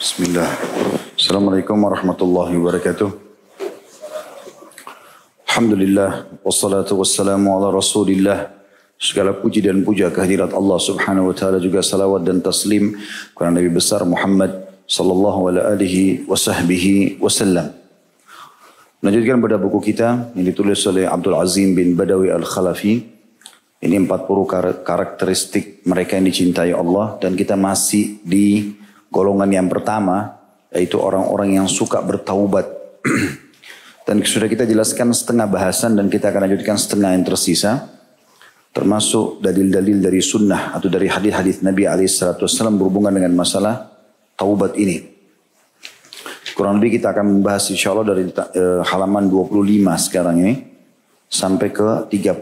Bismillah. Assalamualaikum warahmatullahi wabarakatuh. Alhamdulillah. Wassalatu wassalamu ala rasulillah. Segala puji dan puja kehadirat Allah subhanahu wa ta'ala, juga salawat dan taslim kepada Nabi besar Muhammad sallallahu alaihi wasallam. Melanjutkan pada buku kita yang ditulis oleh Abdul Azim bin Badawi Al-Khalafi. Ini 40 karakteristik mereka yang dicintai Allah, dan kita masih di golongan yang pertama, yaitu orang-orang yang suka bertaubat. Dan sudah kita jelaskan setengah bahasan, dan kita akan lanjutkan setengah yang tersisa. Termasuk dalil-dalil dari sunnah atau dari hadis-hadis Nabi SAW berhubungan dengan masalah taubat ini. Kurang lebih kita akan membahas insya Allah dari halaman 25 sekarang ini sampai ke 30.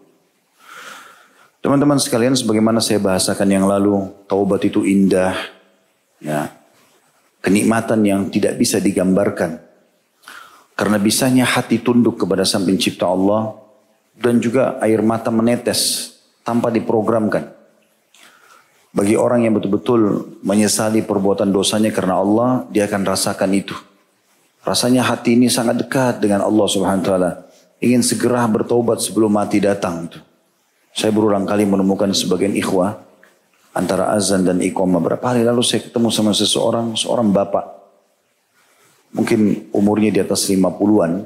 Teman-teman sekalian, sebagaimana saya bahasakan yang lalu, taubat itu indah. Ya, kenikmatan yang tidak bisa digambarkan. Karena bisanya hati tunduk kepada Sang Pencipta Allah, dan juga air mata menetes tanpa diprogramkan. Bagi orang yang betul-betul menyesali perbuatan dosanya karena Allah, dia akan rasakan itu. Rasanya hati ini sangat dekat dengan Allah Subhanahu wa taala. Ingin segera bertaubat sebelum mati datang. Saya berulang kali menemukan sebagian ikhwah antara azan dan iqamah. Berapa hari lalu saya ketemu sama seorang bapak. Mungkin umurnya di atas 50-an.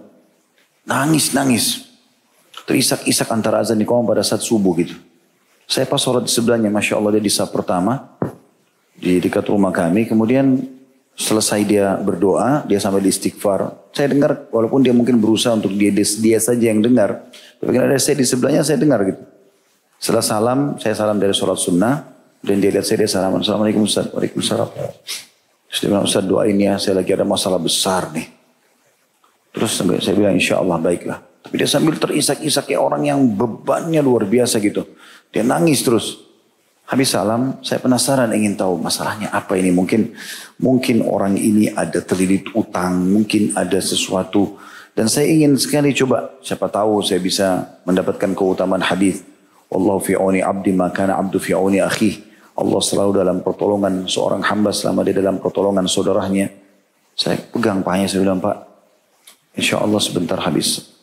Nangis. Terisak-isak antara azan dan iqamah pada saat subuh gitu. Saya pas sholat di sebelahnya, Masya Allah, dia di saf pertama. Di dekat rumah kami. Kemudian selesai dia berdoa, dia sampai di istighfar. Saya dengar, walaupun dia mungkin berusaha untuk dia saja yang dengar. Tapi kalau ada saya di sebelahnya, saya dengar gitu. Setelah salam, saya salam dari sholat sunnah. Dan dia lihat saya, dia salaman. Assalamualaikum Ustaz. Waalaikumsalam. Terus dia bilang, Ustaz doain ya, saya lagi ada masalah besar nih. Terus saya bilang, insya Allah baiklah. Tapi dia sambil terisak-isak kayak orang yang bebannya luar biasa gitu. Dia nangis terus. Habis salam, saya penasaran ingin tahu masalahnya apa ini. Mungkin orang ini ada terlilit utang. Mungkin ada sesuatu. Dan saya ingin sekali coba, siapa tahu saya bisa mendapatkan keutamaan hadis. Wallahu fi auni abdi makana abdu fi auni akhi. Allah selalu dalam pertolongan seorang hamba selama dia dalam pertolongan saudaranya. Saya pegang pahanya, saya bilang, Pak, insya Allah sebentar habis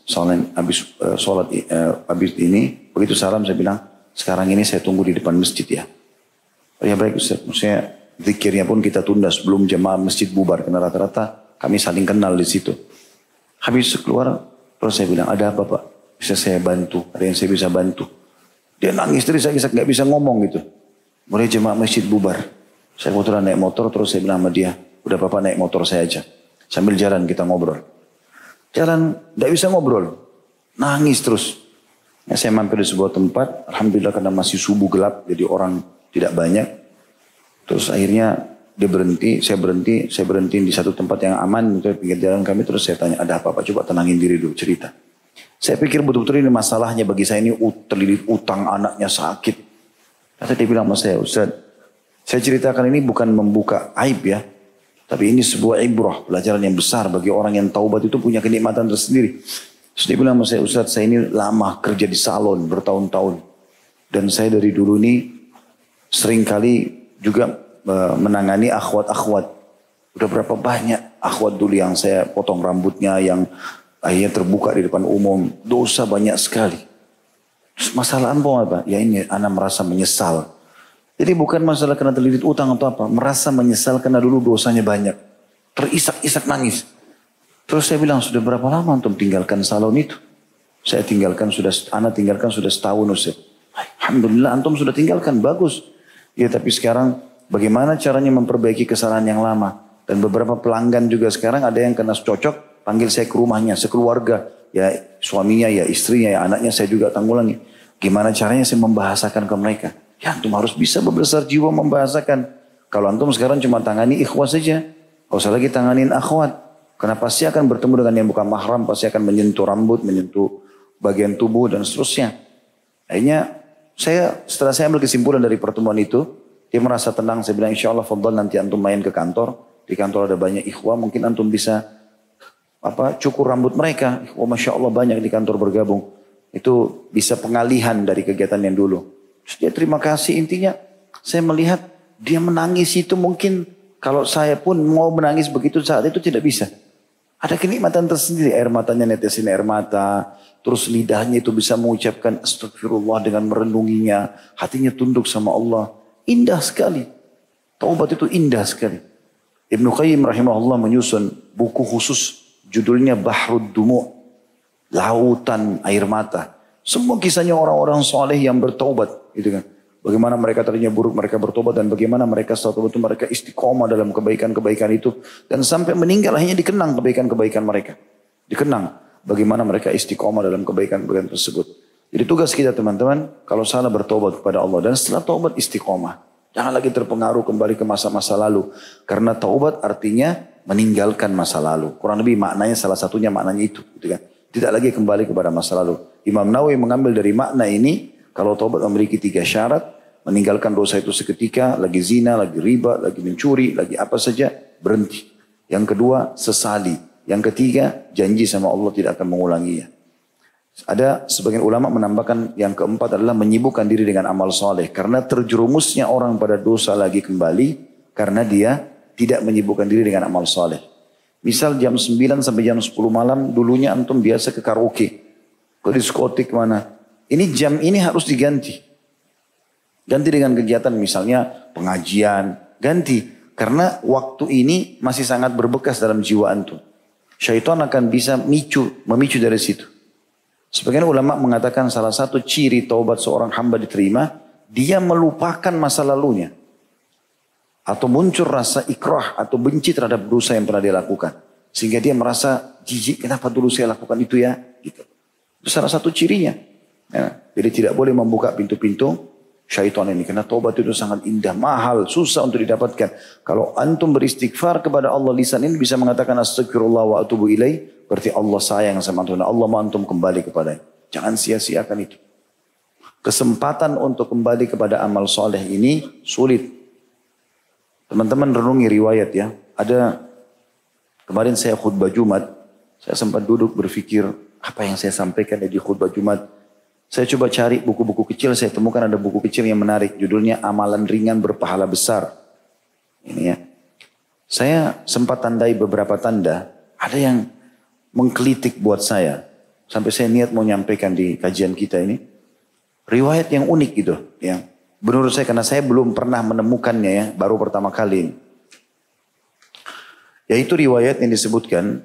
sholat habis ini. Begitu salam saya bilang, sekarang ini saya tunggu di depan masjid ya. Oh ya baik Ustaz, maksudnya zikirnya pun kita tunda sebelum jemaah masjid bubar. Karena rata-rata kami saling kenal di situ. Habis keluar, terus saya bilang, ada apa Pak? Bisa saya bantu? Ada yang saya bisa bantu? Dia nangis terisak-isak, gak bisa ngomong gitu. Mulai jemaah masjid bubar. Saya kebetulan naik motor, terus saya bilang sama dia, udah Bapak naik motor saya aja. Sambil jalan kita ngobrol. Jalan, gak bisa ngobrol. Nangis terus. Ya, saya mampir di sebuah tempat, alhamdulillah karena masih subuh gelap, jadi orang tidak banyak. Terus akhirnya dia berhenti, saya berhenti di satu tempat yang aman, itu pinggir jalan kami. Terus saya tanya, ada apa Pak? Coba tenangin diri dulu, cerita. Saya pikir betul-betul ini masalahnya bagi saya ini terlilit utang, anaknya sakit. Kata dia bilang sama saya, Ustaz, saya ceritakan ini bukan membuka aib ya. Tapi ini sebuah ibrah, pelajaran yang besar bagi orang yang taubat itu punya kenikmatan tersendiri. Terus dia bilang sama saya, Ustaz, saya ini lama kerja di salon bertahun-tahun. Dan saya dari dulu ini sering kali juga menangani akhwat-akhwat. Udah berapa banyak akhwat dulu yang saya potong rambutnya, yang akhirnya terbuka di depan umum. Dosa banyak sekali. Terus masalah apa? Ya ini anak merasa menyesal. Jadi bukan masalah karena terlilit utang atau apa. Merasa menyesal karena dulu dosanya banyak. Terisak-isak nangis. Terus saya bilang, sudah berapa lama antum tinggalkan salon itu? Anak tinggalkan sudah setahun Ustaz. Alhamdulillah antum sudah tinggalkan, bagus. Ya tapi sekarang bagaimana caranya memperbaiki kesalahan yang lama? Dan beberapa pelanggan juga sekarang ada yang kena cocok, panggil saya ke rumahnya, sekeluarga. Ya suaminya, ya istrinya, ya anaknya saya juga tanggulangi. Gimana caranya saya membahasakan ke mereka? Ya antum harus bisa berbesar jiwa membahasakan. Kalau antum sekarang cuma tangani ikhwah saja, gak usah lagi tanganin akhwat. Karena pasti akan bertemu dengan yang bukan mahram, pasti akan menyentuh rambut, menyentuh bagian tubuh dan seterusnya. Akhirnya setelah saya ambil kesimpulan dari pertemuan itu, dia merasa tenang. Saya bilang, insya Allah fadhal nanti antum main ke kantor. Di kantor ada banyak ikhwah, mungkin antum bisa cukur rambut mereka. Oh, Masya Allah banyak di kantor bergabung. Itu bisa pengalihan dari kegiatan yang dulu. Terus dia terima kasih, intinya saya melihat dia menangis itu mungkin Kalau saya pun mau menangis begitu saat itu tidak bisa. Ada kenikmatan tersendiri. Air matanya netesin air mata. Terus lidahnya itu bisa mengucapkan astagfirullah dengan merenunginya. Hatinya tunduk sama Allah. Indah sekali. Taubat itu indah sekali. Ibnu Qayyim rahimahullah menyusun buku khusus. Judulnya Bahrud Dumu'. Lautan air mata. Semua kisahnya orang-orang soleh yang bertaubat. Gitu kan. Bagaimana mereka tadinya buruk, mereka bertobat. Dan bagaimana mereka setelah tobat itu mereka istiqomah dalam kebaikan-kebaikan itu. Dan sampai meninggal akhirnya dikenang kebaikan-kebaikan mereka. Dikenang bagaimana mereka istiqomah dalam kebaikan-kebaikan tersebut. Jadi tugas kita teman-teman, kalau salah bertobat kepada Allah. Dan setelah tobat istiqomah. Jangan lagi terpengaruh kembali ke masa-masa lalu. Karena taubat artinya meninggalkan masa lalu. Kurang lebih maknanya salah satunya maknanya itu. Gitu kan. Tidak lagi kembali kepada masa lalu. Imam Nawawi mengambil dari makna ini, kalau taubat memiliki 3 syarat, meninggalkan dosa itu seketika, lagi zina, lagi riba, lagi mencuri, lagi apa saja, berhenti. Yang kedua, sesali. Yang ketiga, janji sama Allah tidak akan mengulanginya. Ada sebagian ulama menambahkan yang keempat adalah menyibukkan diri dengan amal soleh. Karena terjerumusnya orang pada dosa lagi kembali, karena dia tidak menyibukkan diri dengan amal soleh. Misal jam 9 sampai jam 10 malam, dulunya antum biasa ke karaoke, ke diskotik mana. Ini jam ini harus diganti. Ganti dengan kegiatan misalnya pengajian, ganti. Karena waktu ini masih sangat berbekas dalam jiwa antum. Syaitan akan bisa memicu dari situ. Sebagian ulama mengatakan salah satu ciri taubat seorang hamba diterima, dia melupakan masa lalunya. Atau muncul rasa ikrah atau benci terhadap dosa yang pernah dia lakukan. Sehingga dia merasa jijik, kenapa dulu saya lakukan itu ya? Gitu. Itu salah satu cirinya. Ya. Jadi tidak boleh membuka pintu-pintu syaitan ini. Karena taubat itu sangat indah, mahal, susah untuk didapatkan. Kalau antum beristighfar kepada Allah, lisan ini bisa mengatakan astagfirullah wa atubu ilaih. Berarti Allah sayang sama antum. Allah mau antum kembali kepadanya. Jangan sia-siakan itu. Kesempatan untuk kembali kepada amal soleh ini sulit. Teman-teman renungi riwayat ya. Ada kemarin saya khutbah Jumat. Saya sempat duduk berpikir apa yang saya sampaikan di khutbah Jumat. Saya coba cari buku-buku kecil. Saya temukan ada buku kecil yang menarik. Judulnya Amalan Ringan Berpahala Besar. Ini ya. Saya sempat tandai beberapa tanda. Ada yang menggelitik buat saya. Sampai saya niat mau nyampaikan di kajian kita ini. Riwayat yang unik gitu. Ya. Menurut saya karena saya belum pernah menemukannya ya. Baru pertama kali. Yaitu riwayat yang disebutkan.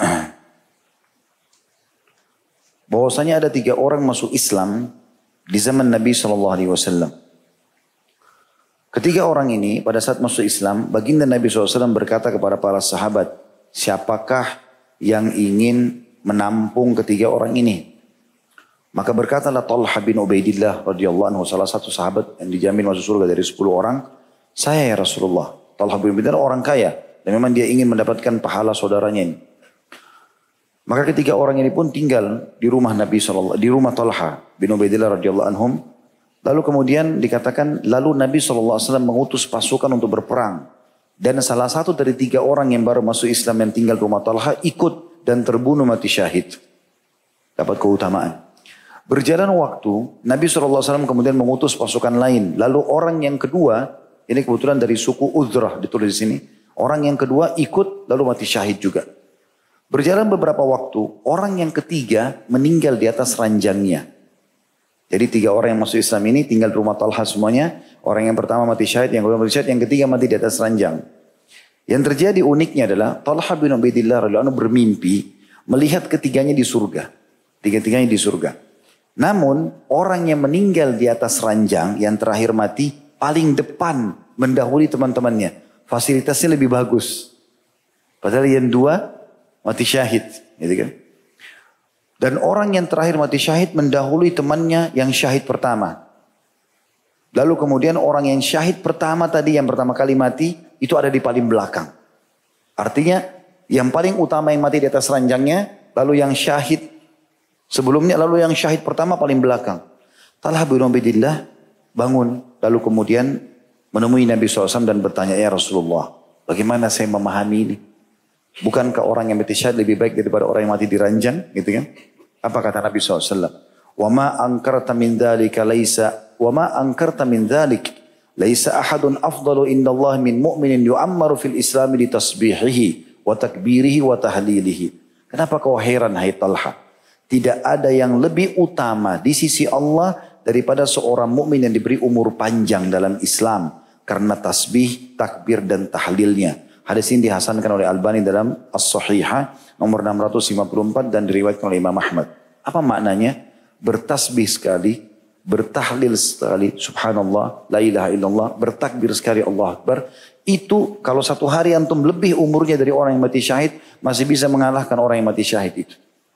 Bahwasanya ada 3 orang masuk Islam. Di zaman Nabi SAW. Ketiga orang ini pada saat masuk Islam. Baginda Nabi SAW berkata kepada para sahabat. Siapakah yang ingin menampung ketiga orang ini? Maka berkatalah Talha bin Ubaidillah radhiyallahu anhu, salah satu sahabat yang dijamin masuk surga dari 10 orang. Saya ya Rasulullah. Talha bin Ubaidillah orang kaya. Dan memang dia ingin mendapatkan pahala saudaranya ini. Maka ketiga orang ini pun tinggal di rumah Nabi SAW. Di rumah Talha bin Ubaidillah radhiyallahu anhum. Lalu kemudian dikatakan, lalu Nabi SAW mengutus pasukan untuk berperang. Dan salah satu dari 3 orang yang baru masuk Islam yang tinggal di rumah Talha ikut dan terbunuh mati syahid. Dapat keutamaan. Berjalan waktu, Nabi SAW kemudian mengutus pasukan lain. Lalu orang yang kedua, ini kebetulan dari suku Uzrah ditulis di sini. Orang yang kedua ikut lalu mati syahid juga. Berjalan beberapa waktu, orang yang ketiga meninggal di atas ranjangnya. Jadi 3 orang yang masuk Islam ini tinggal di rumah Talha semuanya. Orang yang pertama mati syahid, yang kedua mati syahid, yang ketiga mati di atas ranjang. Yang terjadi uniknya adalah Talha bin Ubaidillah radhiyallahu anhu bermimpi melihat ketiganya di surga. Tiga-tiganya di surga. Namun orang yang meninggal di atas ranjang yang terakhir mati paling depan mendahului teman-temannya. Fasilitasnya lebih bagus. Padahal yang 2 mati syahid. Gitu kan? Dan orang yang terakhir mati syahid mendahului temannya yang syahid pertama. Lalu kemudian orang yang syahid pertama tadi yang pertama kali mati itu ada di paling belakang. Artinya yang paling utama yang mati di atas ranjangnya lalu yang syahid sebelumnya lalu yang syahid pertama paling belakang. Talha bin Ubaidillah bangun lalu kemudian menemui Nabi SAW dan bertanya, ya Rasulullah, bagaimana saya memahami ini? Bukankah orang yang mati syahid lebih baik daripada orang yang mati di ranjang? Gitu kan? Apa kata Nabi SAW? Wa ma angkarta min dzalika laisa wa ma angkarta min dzalik Laisa ahadun afdalu indallah min mu'minin yu'ammaru fil islami li tasbihihi wa takbirihi wa tahlilihi. Kenapa kau heran hai Talha? Tidak ada yang lebih utama di sisi Allah daripada seorang mukmin yang diberi umur panjang dalam Islam karena tasbih, takbir dan tahlilnya. Hadis ini dihasankan oleh Albani dalam As-Sahihah nomor 654 dan diriwayatkan oleh Imam Ahmad. Apa maknanya? Bertasbih sekali, bertahlil sekali, subhanallah, la ilaha illallah, bertakbir sekali, Allah Akbar. Itu kalau satu hari antum lebih umurnya dari orang yang mati syahid, masih bisa mengalahkan orang yang mati syahid itu.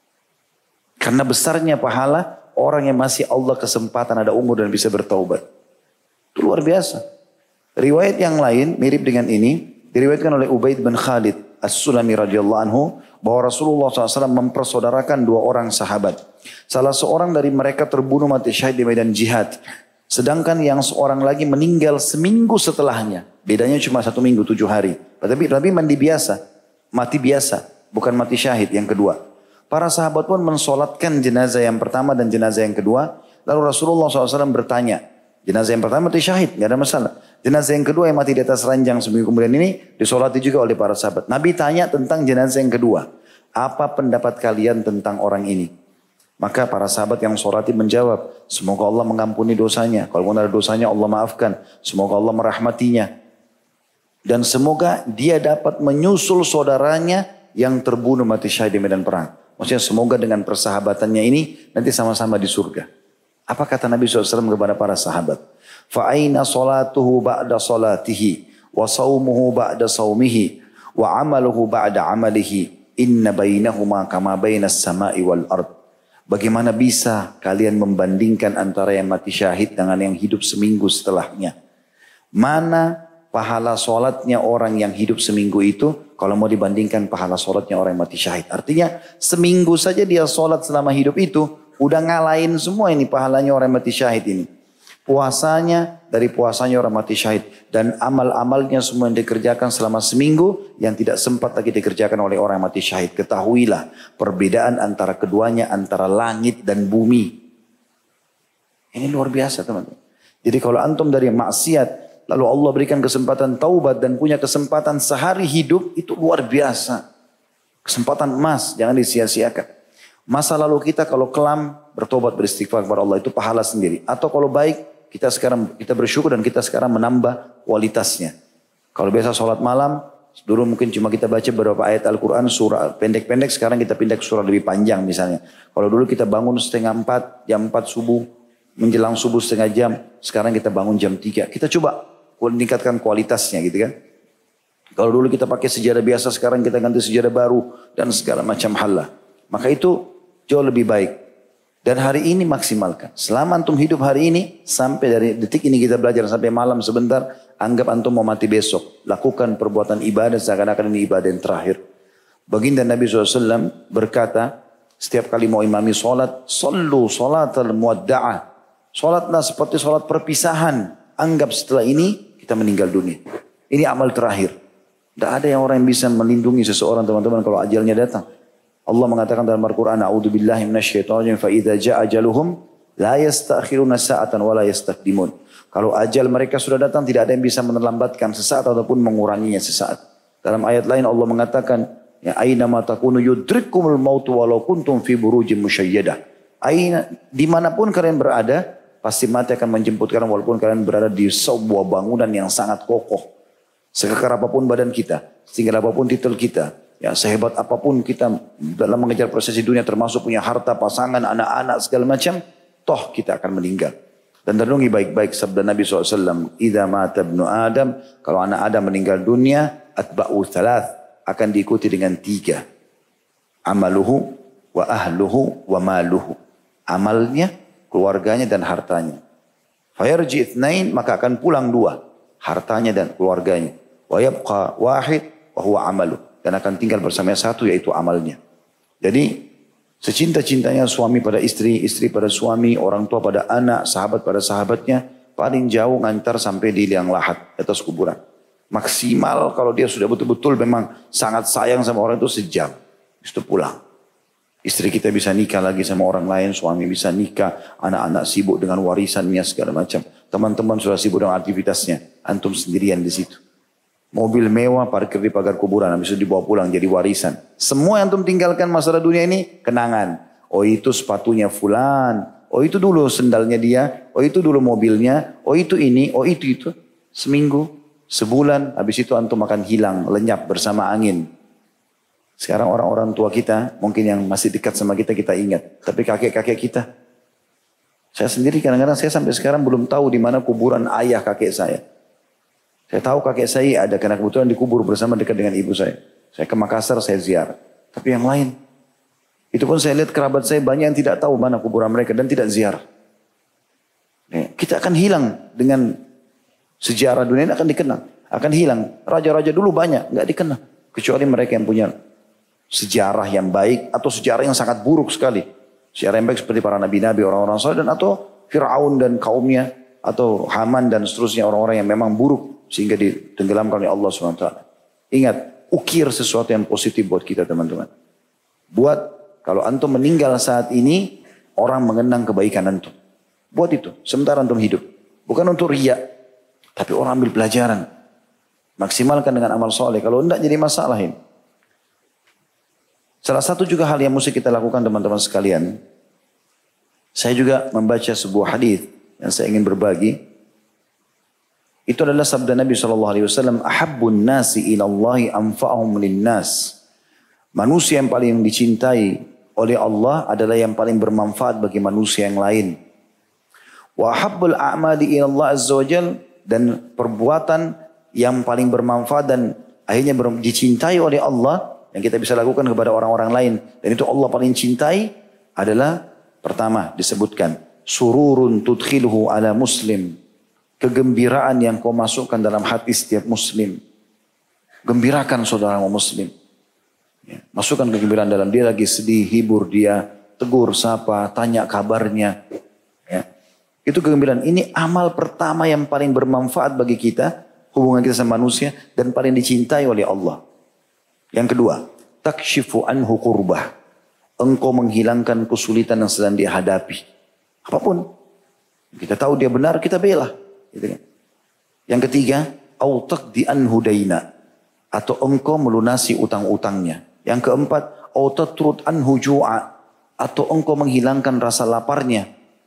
Karena besarnya pahala orang yang masih Allah kesempatan ada umur dan bisa bertaubat. Itu luar biasa. Riwayat yang lain mirip dengan ini, diriwayatkan oleh Ubaid bin Khalid As-Sulami radhiyallahu anhu, bahwa Rasulullah SAW mempersaudarakan dua orang sahabat. Salah seorang dari mereka terbunuh mati syahid di medan jihad. Sedangkan yang seorang lagi meninggal seminggu setelahnya. Bedanya cuma 1 minggu 7 hari. Tapi mandi biasa. Mati biasa. Bukan mati syahid yang kedua. Para sahabat pun mensolatkan jenazah yang pertama dan jenazah yang kedua. Lalu Rasulullah SAW bertanya. Jenazah yang pertama mati syahid. Gak ada masalah. Jenazah yang kedua yang mati di atas ranjang seminggu kemudian ini disolati juga oleh para sahabat. Nabi tanya tentang jenazah yang kedua. Apa pendapat kalian tentang orang ini? Maka para sahabat yang solati menjawab. Semoga Allah mengampuni dosanya. Kalau ada dosanya Allah maafkan. Semoga Allah merahmatinya. Dan semoga dia dapat menyusul saudaranya yang terbunuh mati syahid di medan perang. Maksudnya semoga dengan persahabatannya ini nanti sama-sama di surga. Apa kata Nabi SAW kepada para sahabat? فَأَيْنَ صَلَاتُهُ بَعْدَ صَلَاتِهِ وَصَوْمُهُ بَعْدَ صَوْمِهِ وَعَمَلُهُ بَعْدَ عَمَلِهِ إِنَّ بَيْنَهُمَا كَمَا بَيْنَ السَّمَاءِ وَالْأَرْضِ. Bagaimana bisa kalian membandingkan antara yang mati syahid dengan yang hidup seminggu setelahnya? Mana pahala sholatnya orang yang hidup seminggu itu kalau mau dibandingkan pahala sholatnya orang yang mati syahid? Artinya seminggu saja dia sholat selama hidup itu udah ngalahin semua ini pahalanya orang yang mati syahid ini. Puasanya dari puasanya orang mati syahid. Dan amal-amalnya semua yang dikerjakan selama seminggu yang tidak sempat lagi dikerjakan oleh orang yang mati syahid. Ketahuilah perbedaan antara keduanya antara langit dan bumi. Ini luar biasa teman-teman. Jadi kalau antum dari maksiat lalu Allah berikan kesempatan taubat dan punya kesempatan sehari hidup, itu luar biasa. Kesempatan emas, jangan disia-siakan. Masa lalu kita kalau kelam bertobat beristighfar kepada Allah itu pahala sendiri. Atau kalau baik kita bersyukur dan kita sekarang menambah kualitasnya. Kalau biasa sholat malam, dulu mungkin cuma kita baca beberapa ayat Al-Quran, surah pendek-pendek, sekarang kita pindah ke surah lebih panjang misalnya. Kalau dulu kita bangun setengah 4, jam 4 subuh, menjelang subuh setengah jam, sekarang kita bangun jam 3. Kita coba meningkatkan kualitasnya gitu kan. Kalau dulu kita pakai sejadah biasa, sekarang kita ganti sejadah baru dan segala macam hal lah. Maka itu jauh lebih baik. Dan hari ini maksimalkan. Selama antum hidup hari ini, sampai dari detik ini kita belajar sampai malam sebentar, anggap antum mau mati besok. Lakukan perbuatan ibadah seakan-akan ini ibadah yang terakhir. Baginda Nabi SAW berkata, setiap kali mau imami sholat, sallu sholatal muwadda'ah. Sholatlah seperti sholat perpisahan. Anggap setelah ini kita meninggal dunia. Ini amal terakhir. Tidak ada yang orang yang bisa melindungi seseorang teman-teman kalau ajalnya datang. Allah mengatakan dalam Al-Quran, A'udzubillahi minasyaitonir rajim, fa idza ja'a ajaluhum la yasta'khiruna sa'atan wa la yastaqdimun. Kalau ajal mereka sudah datang, tidak ada yang bisa melambatkan sesaat ataupun menguranginya sesaat. Dalam ayat lain Allah mengatakan, ya aina ma takunu yudrikkumul maut walau kuntum fi burujin musyayyadah. Aina dimanapun kalian berada, pasti mati akan menjemput kalian walaupun kalian berada di sebuah bangunan yang sangat kokoh. Sekekar apapun badan kita, setinggi apapun titel kita, ya sehebat apapun kita dalam mengejar prosesi dunia termasuk punya harta, pasangan, anak-anak segala macam, toh kita akan meninggal. Dan renungi baik-baik sabda Nabi SAW, idza mata ibnu Adam, kalau anak Adam meninggal dunia, atba'u thalath, akan diikuti dengan 3. Amaluhu wa ahluhu wa maluhu. Amalnya, keluarganya dan hartanya. Fayarji itsnain, maka akan pulang 2, hartanya dan keluarganya. Wa yabqa wahid wa huwa amaluh. Dan akan tinggal bersama yang satu yaitu amalnya. Jadi secinta-cintanya suami pada istri, istri pada suami, orang tua pada anak, sahabat pada sahabatnya, paling jauh ngantar sampai di liang lahat atas kuburan. Maksimal kalau dia sudah betul-betul memang sangat sayang sama orang itu sejam. Itu pulang. Istri kita bisa nikah lagi sama orang lain, suami bisa nikah, anak-anak sibuk dengan warisannya segala macam. teman-teman sudah sibuk dengan aktivitasnya. Antum sendirian di situ. Mobil mewah parkir di pagar kuburan, habis itu dibawa pulang jadi warisan. Semua yang antum tinggalkan masalah dunia ini kenangan. Oh itu sepatunya fulan, oh itu dulu sendalnya dia, oh itu dulu mobilnya, oh itu ini, oh itu. Seminggu, sebulan, habis itu antum akan hilang, lenyap bersama angin. Sekarang orang-orang tua kita, mungkin yang masih dekat sama kita, kita ingat. Tapi kakek-kakek kita, saya sendiri kadang-kadang saya sampai sekarang belum tahu di mana kuburan ayah kakek saya. Saya tahu kakek saya ada karena kebetulan dikubur bersama dekat dengan ibu saya. Saya ke Makassar, saya ziarah. Tapi yang lain, itu pun saya lihat kerabat saya banyak yang tidak tahu mana kuburan mereka dan tidak ziarah. Kita akan hilang dengan sejarah dunia ini akan dikenal. Akan hilang. Raja-raja dulu banyak, nggak dikenal. Kecuali mereka yang punya sejarah yang baik atau sejarah yang sangat buruk sekali. Sejarah yang baik seperti para nabi-nabi, orang-orang saleh dan atau Fir'aun dan kaumnya atau Haman dan seterusnya orang-orang yang memang buruk sehingga ditenggelamkan oleh Allah SWT. Ingat, ukir sesuatu yang positif buat kita teman-teman. Buat kalau antum meninggal saat ini, orang mengenang kebaikan antum. Buat itu, sementara antum hidup. Bukan untuk riya, tapi orang ambil pelajaran. Maksimalkan dengan amal soleh. Kalau tidak jadi masalah ini. Salah satu juga hal yang mesti kita lakukan teman-teman sekalian. Saya juga membaca sebuah hadis yang saya ingin berbagi. Itu adalah sabda Nabi SAW. Ahabbun nasi ilallahi anfa'ahum linnas. Manusia yang paling dicintai oleh Allah adalah yang paling bermanfaat bagi manusia yang lain. Wa ahabbul a'mali ilallah azza wa jal. Dan perbuatan yang paling bermanfaat dan akhirnya dicintai oleh Allah. Yang kita bisa lakukan kepada orang-orang lain. Dan itu Allah paling cintai adalah pertama disebutkan. Sururun tudkhilhu ala muslim. Kegembiraan yang kau masukkan dalam hati setiap muslim. Gembirakan saudaramu muslim. Ya, masukkan kegembiraan dalam dia lagi sedih, hibur dia, tegur, sapa, tanya kabarnya. Ya. Itu kegembiraan. Ini amal pertama yang paling bermanfaat bagi kita. Hubungan kita sama manusia dan paling dicintai oleh Allah. Yang kedua, takshifu anhu kurbah. Engkau menghilangkan kesulitan yang sedang dia hadapi. Apapun. Kita tahu dia benar, kita bela. Gitu kan. Yang ketiga, au taqdi anhu daina, atau engkau melunasi utang-utangnya. Yang keempat, au tatrud anhu ju'a, atau engkau menghilangkan rasa laparnya.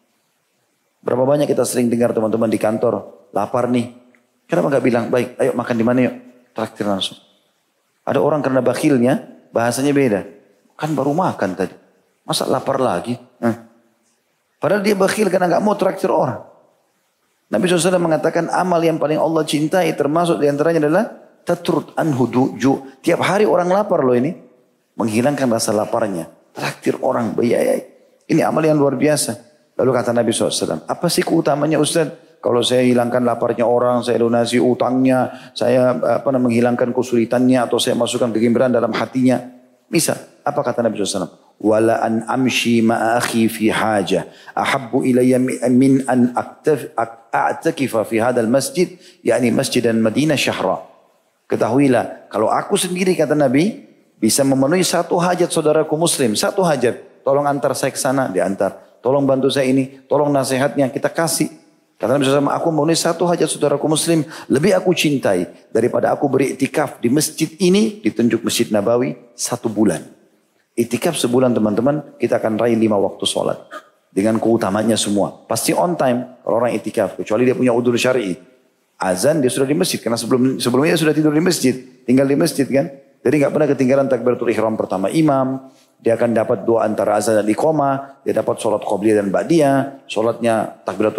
Berapa banyak kita sering dengar teman-teman di kantor, lapar nih. Kenapa enggak bilang, baik, ayo makan di mana yuk? Traktir langsung. Ada orang karena bakhilnya, bahasanya beda. Kan baru makan tadi. Masa lapar lagi? Padahal dia bakhil karena enggak mau traktir orang. Nabi SAW mengatakan amal yang paling Allah cintai termasuk diantaranya adalah tatrud anhu ju'. Tiap hari orang lapar loh ini. Menghilangkan rasa laparnya. Traktir orang bayai. Ini amal yang luar biasa. Lalu kata Nabi SAW, apa sih keutamanya Ustaz? Kalau saya hilangkan laparnya orang, saya lunasi utangnya, saya menghilangkan kesulitannya atau saya masukkan kegembiraan dalam hatinya. Misal, apa kata Nabi SAW? Wala an amshi ma akhi fi haja ahabbu ilayya min an a'takifa fi hadzal masjid, yakni Masjid Madinah syahra. Ketahuilah kalau aku sendiri kata Nabi bisa memenuhi satu hajat saudaraku muslim, satu hajat, tolong antar saya ke sana, diantar. Tolong bantu saya ini, tolong nasihatnya kita kasih. Kata Nabi SAW, aku memenuhi satu hajat saudaraku muslim, lebih aku cintai daripada aku beriktikaf di masjid ini, ditunjuk Masjid Nabawi 1 bulan. Iktikaf sebulan teman-teman, kita akan raih 5 waktu sholat. Dengan keutamanya semua. Pasti on time kalau orang iktikaf. Kecuali dia punya udzur syar'i. Azan dia sudah di masjid. Karena sebelumnya dia sudah tidur di masjid. Tinggal di masjid kan. Jadi gak pernah ketinggalan takbiratul ihram pertama imam. Dia akan dapat doa antara azan dan iqamah. Dia dapat sholat qobliyah dan ba'diyah. Sholatnya takbiratul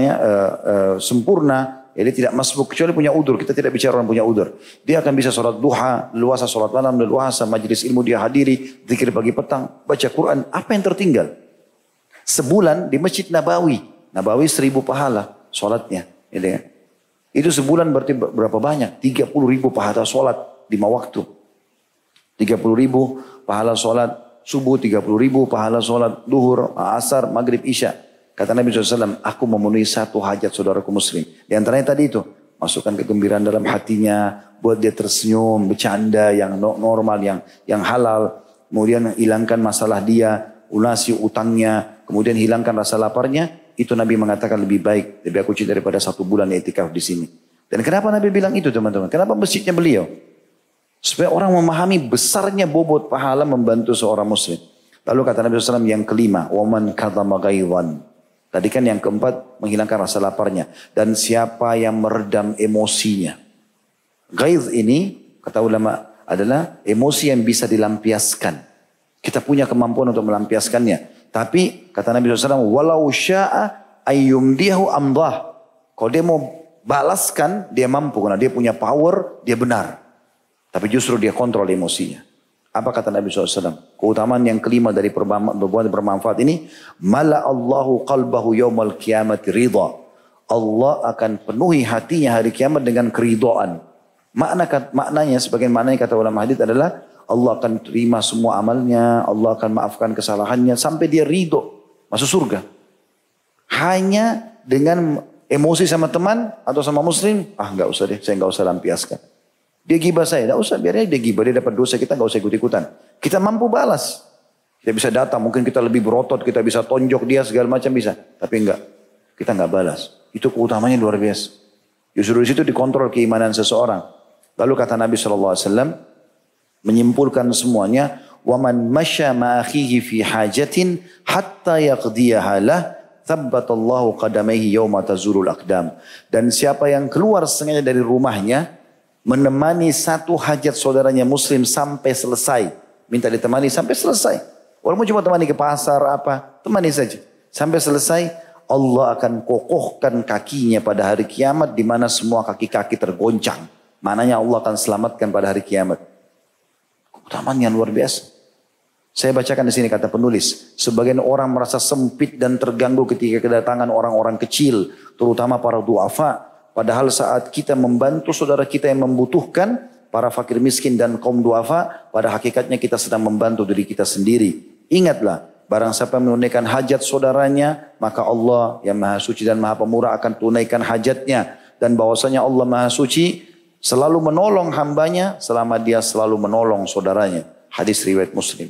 sempurna. Jadi tidak masbuk kecuali punya udur. Kita tidak bicara orang punya udur. Dia akan bisa sholat duha, luasa sholat malam, luasa majelis ilmu dia hadiri, zikir pagi petang, baca Quran. Apa yang tertinggal? Sebulan di Masjid Nabawi. Nabawi 1000 pahala sholatnya. Itu sebulan berarti berapa banyak? 30.000 pahala sholat 5 waktu. 30.000 pahala sholat subuh, 30.000 pahala sholat duhur, asar, maghrib, isya. Kata Nabi SAW, aku memenuhi satu hajat saudaraku muslim. Di antaranya tadi itu, masukkan kegembiraan dalam hatinya, buat dia tersenyum, bercanda yang normal, yang halal. Kemudian hilangkan masalah dia, lunasi utangnya, kemudian hilangkan rasa laparnya. itu Nabi mengatakan lebih baik, lebih aku cinta daripada 1 bulan i'tikaf di sini. Dan kenapa Nabi bilang itu teman-teman? Kenapa masjidnya beliau? Supaya orang memahami besarnya bobot pahala membantu seorang muslim. Lalu kata Nabi SAW yang kelima, waman kadhama ghaidhan. Tadi kan yang keempat menghilangkan rasa laparnya. Dan siapa yang meredam emosinya. Ghaidh ini kata ulama adalah emosi yang bisa dilampiaskan. Kita punya kemampuan untuk melampiaskannya. Tapi kata Nabi SAW, walau sya'a ayyumdihu amdah. Kalau dia mau balaskan, dia mampu. Karena dia punya power, dia benar. Tapi justru dia kontrol emosinya. Apa kata Nabi SAW? Keutamaan yang kelima dari perbuatan bermanfaat ini. Mala Allahu qalbahu yawmal qiyamati ridha. Allah akan penuhi hatinya hari kiamat dengan keridhaan. Maknanya, sebagian maknanya kata ulama hadis adalah Allah akan terima semua amalnya. Allah akan maafkan kesalahannya. Sampai dia ridho. Masuk surga. Hanya dengan emosi sama teman atau sama muslim. Enggak usah deh. Saya enggak usah lampiaskan. Dia gibah saya, tidak usah, biarnya dia gibah, dia dapat dosa, kita nggak usah ikut-ikutan. Kita mampu balas. Kita bisa datang, mungkin kita lebih berotot, kita bisa tonjok dia, segala macam bisa. Tapi enggak, kita nggak balas. Itu keutamanya luar biasa. Justru di situ dikontrol keimanan seseorang. Lalu kata Nabi SAW, menyimpulkan semuanya, وَمَنْ مَشَى مَأَخِيهِ فِي حَاجَةٍ حَتَّى يَقْضِيَهَا لَهُ ثَبَّتَ اللَّهُ قَدَمَيْهِ يَوْمَ تَزُولُ الْأَقْدَامِ. Dan siapa yang keluar sengaja dari rumahnya, menemani satu hajat saudaranya muslim sampai selesai. Minta ditemani sampai selesai. Walaupun cuma temani ke pasar apa, temani saja. Sampai selesai, Allah akan kokohkan kakinya pada hari kiamat di mana semua kaki-kaki tergoncang. Maknanya Allah akan selamatkan pada hari kiamat. Keutamaan yang luar biasa. Saya bacakan di sini kata penulis. Sebagian orang merasa sempit dan terganggu ketika kedatangan orang-orang kecil. Terutama para du'afa. Padahal saat kita membantu saudara kita yang membutuhkan, para fakir miskin dan kaum du'afa, pada hakikatnya kita sedang membantu diri kita sendiri. Ingatlah, barang siapa menunaikan hajat saudaranya, maka Allah yang Maha Suci dan Maha Pemurah akan tunaikan hajatnya. Dan bahwasanya Allah Maha Suci selalu menolong hambanya selama dia selalu menolong saudaranya. Hadis riwayat Muslim.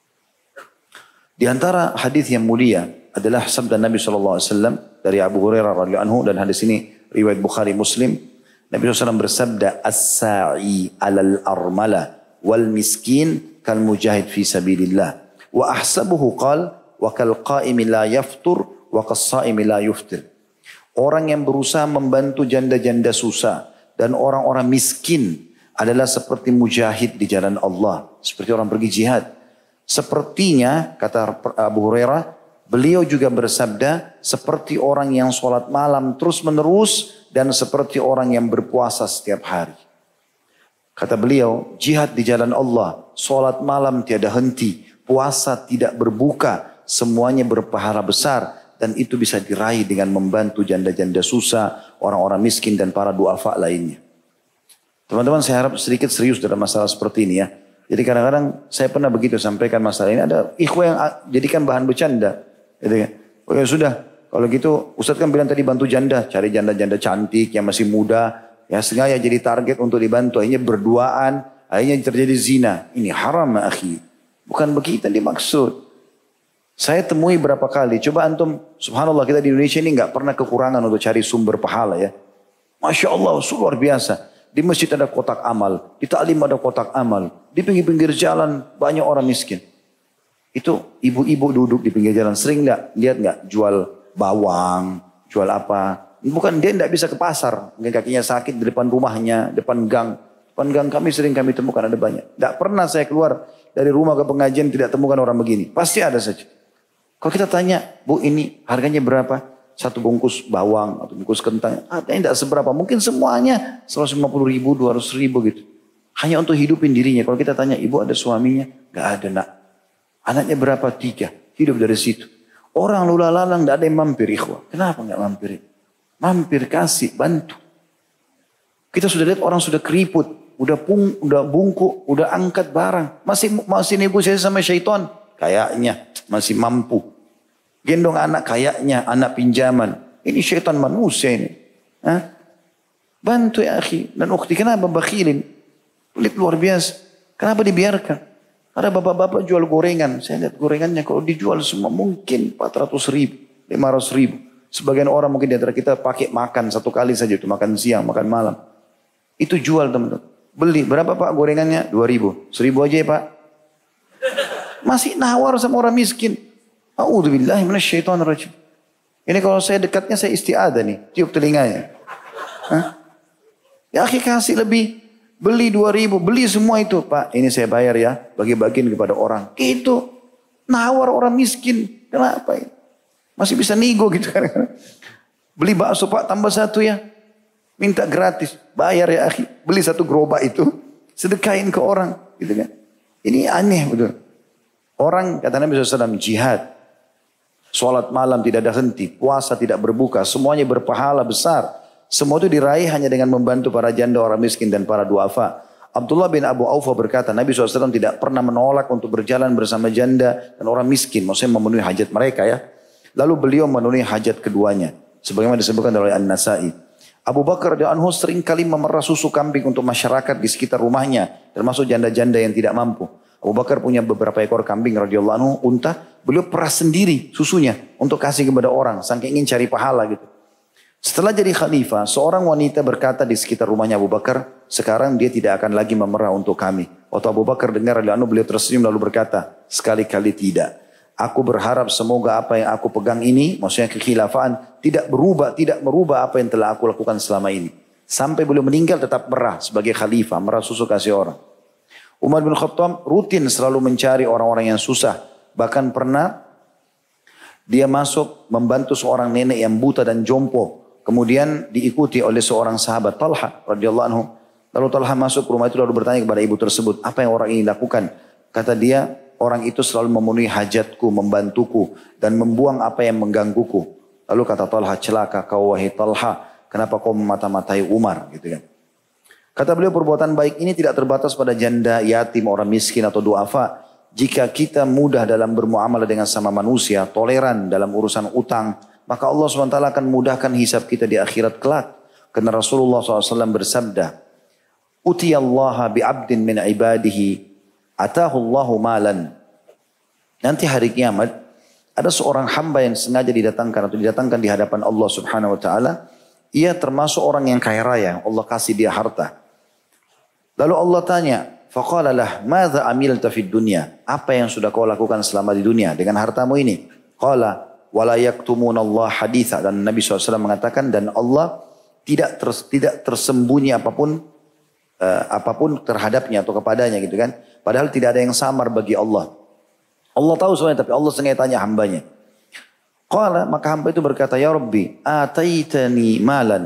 Di antara hadis yang mulia adalah sabda Nabi SAW dari Abu Hurairah radhiyallahu anhu, dan hadis ini riwayat Bukhari Muslim. Nabi SAW bersabda, as-sa'i alal armala wal miskin kal mujahid fi sabilillah. Wa ahsabuhu qal wa kal qa'imi la yaftur wa kas sa'imi la yuftir. Orang yang berusaha membantu janda-janda susah dan orang-orang miskin adalah seperti mujahid di jalan Allah. Seperti orang pergi jihad. Sepertinya, kata Abu Hurairah, beliau juga bersabda, seperti orang yang sholat malam terus menerus dan seperti orang yang berpuasa setiap hari. Kata beliau, jihad di jalan Allah, sholat malam tiada henti, puasa tidak berbuka, semuanya berpahala besar. Dan itu bisa diraih dengan membantu janda-janda susah, orang-orang miskin dan para duafa lainnya. Teman-teman, saya harap sedikit serius dalam masalah seperti ini ya. Jadi kadang-kadang saya pernah begitu sampaikan masalah ini, ada ikhwah yang jadikan bahan bercanda. Gitu kan. Oh ya sudah, kalau gitu Ustadz kan bilang tadi bantu janda, cari janda-janda cantik yang masih muda, ya sengaja jadi target untuk dibantu, akhirnya berduaan, akhirnya terjadi zina. Ini haram akhi. Bukan begitu yang dimaksud. Saya temui berapa kali, coba antum, subhanallah kita di Indonesia ini nggak pernah kekurangan untuk cari sumber pahala ya. Masya Allah, luar biasa. Di masjid ada kotak amal, di ta'lim ada kotak amal, di pinggir-pinggir jalan banyak orang miskin. Itu ibu-ibu duduk di pinggir jalan, sering lihat nggak jual bawang, jual apa? Bukan, dia tidak bisa ke pasar, mungkin kakinya sakit di depan rumahnya, depan gang. Depan gang kami sering kami temukan ada banyak. Tidak pernah saya keluar dari rumah ke pengajian tidak temukan orang begini, pasti ada saja. Kalau kita tanya, Bu ini harganya berapa? Satu bungkus bawang atau bungkus kentang, harganya tidak seberapa. Mungkin semuanya 150 ribu, 200 ribu gitu. Hanya untuk hidupin dirinya. Kalau kita tanya, ibu ada suaminya? Gak ada nak. Anaknya berapa? 3. Hidup dari situ. Orang lula-lalang tidak ada yang mampir ikhwah. Kenapa gak mampir? Mampir, kasih, bantu. Kita sudah lihat orang sudah keriput. Udah bungkuk, udah angkat barang. Masih negosiasi sama syaitan. Kayaknya masih mampu. Gendong anak kayaknya, anak pinjaman. Ini syaitan manusia ini. Hah? Bantu ya akhi dan ukhti. Kenapa bakhilin? Pelit luar biasa. Kenapa dibiarkan? Ada bapak-bapak jual gorengan. Saya lihat gorengannya kalau dijual semua mungkin 400 ribu, 500 ribu. Sebagian orang mungkin di antara kita pakai makan satu kali saja itu, makan siang, makan malam. Itu jual teman-teman. Beli, berapa Pak gorengannya? 2.000. 1.000 aja ya Pak. Masih nawar sama orang miskin. A'udzubillahi minasyaitonirrajim. Ini kalau saya dekatnya saya isti'adah nih, tiup telinganya. Hah? Ya akhi kasih lebih. Beli 2.000, beli semua itu. Pak ini saya bayar ya, bagi-bagiin kepada orang. Gitu. Nawar orang miskin. Kenapa ini? Masih bisa nego gitu kan. Beli bakso Pak tambah 1 ya. Minta gratis. Bayar ya akhi. Beli 1 gerobak itu. Sedekahin ke orang. Gitu kan. Ini aneh betul. Orang kata Nabi SAW jihad. Sholat malam tidak ada henti. Puasa tidak berbuka. Semuanya berpahala besar. Semua itu diraih hanya dengan membantu para janda, orang miskin dan para duafa. Abdullah bin Abu Aufa berkata Nabi SAW tidak pernah menolak untuk berjalan bersama janda dan orang miskin. Maksudnya memenuhi hajat mereka ya. Lalu beliau memenuhi hajat keduanya. Sebagaimana disebutkan oleh An-Nasai. Abu Bakar radhiyallahu anhu sering kali memerah susu kambing untuk masyarakat di sekitar rumahnya. Termasuk janda-janda yang tidak mampu. Abu Bakar punya beberapa ekor kambing radhiyallahu anhu, unta. Beliau peras sendiri susunya untuk kasih kepada orang. Saking ingin cari pahala gitu. Setelah jadi khalifah, seorang wanita berkata di sekitar rumahnya Abu Bakar, sekarang dia tidak akan lagi memerah untuk kami. Waktu Abu Bakar dengar radhiyallahu anhu, beliau tersenyum lalu berkata, sekali-kali tidak. Aku berharap semoga apa yang aku pegang ini, maksudnya kekhilafaan, tidak merubah apa yang telah aku lakukan selama ini. Sampai beliau meninggal tetap merah sebagai khalifah, merah susu kasih orang. Umar bin Khattab rutin selalu mencari orang-orang yang susah. Bahkan pernah dia masuk membantu seorang nenek yang buta dan jompo. Kemudian diikuti oleh seorang sahabat Talha radhiyallahu anhu. Lalu Talha masuk ke rumah itu lalu bertanya kepada ibu tersebut, apa yang orang ini lakukan? Kata dia, orang itu selalu memenuhi hajatku, membantuku, dan membuang apa yang menggangguku. Lalu kata Talha, celaka kau wahai Talha, kenapa kau memata-matai Umar? Gitu kan. Kata beliau, perbuatan baik ini tidak terbatas pada janda, yatim, orang miskin atau duafa. Jika kita mudah dalam bermuamalah dengan sama manusia, toleran dalam urusan utang, maka Allah SWT akan mudahkan hisab kita di akhirat kelak. Karena Rasulullah SAW bersabda, Utiyallaha bi'abdin min ibadihi atahullahu malan. Nanti hari kiamat ada seorang hamba yang sengaja didatangkan atau didatangkan di hadapan Allah Subhanahu wa taala. Ia termasuk orang yang kaya raya, Allah kasih dia harta. Lalu Allah tanya, faqala lah, "Madza amilta fid dunya?" Apa yang sudah kau lakukan selama di dunia dengan hartamu ini? Qala, "Wala yaktumunallah haditha." Dan Nabi SAW mengatakan, dan Allah tidak tersembunyi apapun terhadapnya atau kepadanya gitu kan. Padahal tidak ada yang samar bagi Allah. Allah tahu semuanya tapi Allah sengaja tanya hambanya. Qala, maka hamba itu berkata, ya Rabbi, ataitani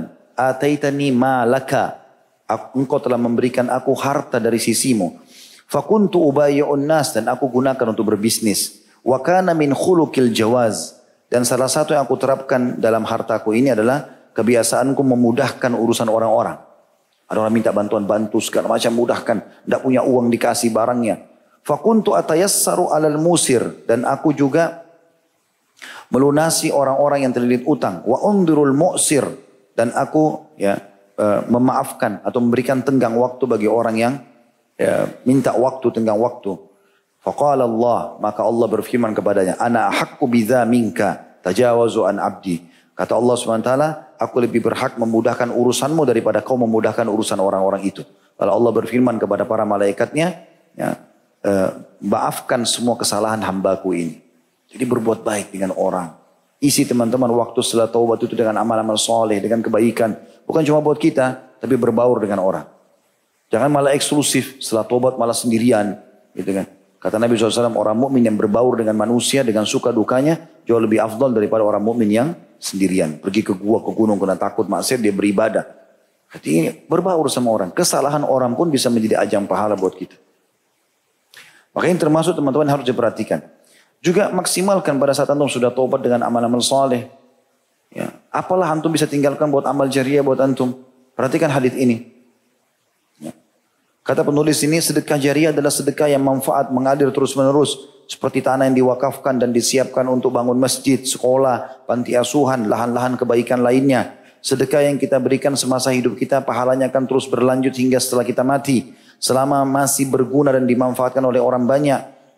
malaka. Engkau telah memberikan aku harta dari sisimu. Fakuntu ubayyu'un nas, dan aku gunakan untuk berbisnis. Wa kana min khuluqil jawaz. Dan salah satu yang aku terapkan dalam hartaku ini adalah kebiasaanku memudahkan urusan orang-orang. Ada orang minta bantu segala macam, mudahkan. Tidak punya uang dikasih barangnya. Fakuntu atayassaru alal musir. Dan aku juga melunasi orang-orang yang terlilit utang. Wa undirul mu'sir. Dan aku memaafkan atau memberikan tenggang waktu bagi orang yang minta waktu, tenggang waktu. Faqala Allah, maka Allah berfirman kepadanya, ana ahaqqu bidza minka tajawazu an abdi. Kata Allah SWT, aku lebih berhak memudahkan urusanmu daripada kau memudahkan urusan orang-orang itu. Lalu Allah berfirman kepada para malaikatnya, maafkan semua kesalahan hambaku ini. Jadi berbuat baik dengan orang. Isi teman-teman waktu setelah taubat itu dengan amal-amal soleh, dengan kebaikan. Bukan cuma buat kita, tapi berbaur dengan orang. Jangan malah eksklusif, setelah taubat malah sendirian. Gitu kan. Kata Nabi SAW, orang mukmin yang berbaur dengan manusia, dengan suka dukanya, jauh lebih afdal daripada orang mukmin yang sendirian. Pergi ke gua, ke gunung, kena takut maksiat, dia beribadah. Jadi ini berbaur sama orang. Kesalahan orang pun bisa menjadi ajang pahala buat kita. Makanya termasuk teman-teman harus diperhatikan. Juga maksimalkan pada saat antum sudah taubat dengan amal-amal soleh. Ya, apalah antum bisa tinggalkan buat amal jariah buat antum. Perhatikan hadits ini. Ya. Kata penulis ini, sedekah jariah adalah sedekah yang manfaat mengalir terus menerus. Seperti tanah yang diwakafkan dan disiapkan untuk bangun masjid, sekolah, panti asuhan, lahan-lahan kebaikan lainnya. Sedekah yang kita berikan semasa hidup kita, pahalanya akan terus berlanjut hingga setelah kita mati. Selama masih berguna dan dimanfaatkan oleh orang banyak.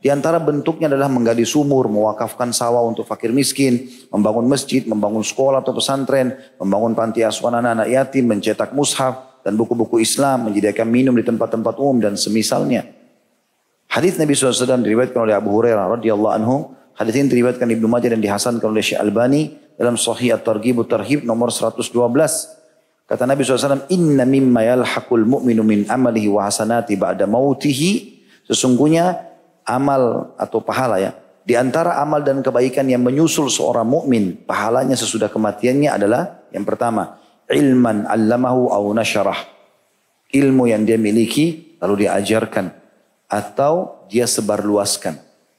Di antara bentuknya adalah menggali sumur, mewakafkan sawah untuk fakir miskin, membangun masjid, membangun sekolah atau pesantren, membangun panti asuhan anak-anak yatim, mencetak mushaf dan buku-buku Islam, menyediakan minum di tempat-tempat umum dan semisalnya. Hadis Nabi SAW diriwayatkan oleh Abu Hurairah radhiyallahu anhu. Hadis ini diriwayatkan Ibnu Majah dan dihasankan oleh Syekh Albani dalam Sahih At-Targhib At-Tarhib nomor 112. Kata Nabi SAW, Inna mimma yalhaqul mu'minu min amalihi wa hasanati ba'da mautihi. Sesungguhnya amal atau pahala ya. Di antara amal dan kebaikan yang menyusul seorang mukmin, pahalanya sesudah kematiannya adalah yang pertama, ilman 'allamahu aw nasyarah. Ilmu yang dia miliki lalu dia ajarkan atau dia sebarluaskan.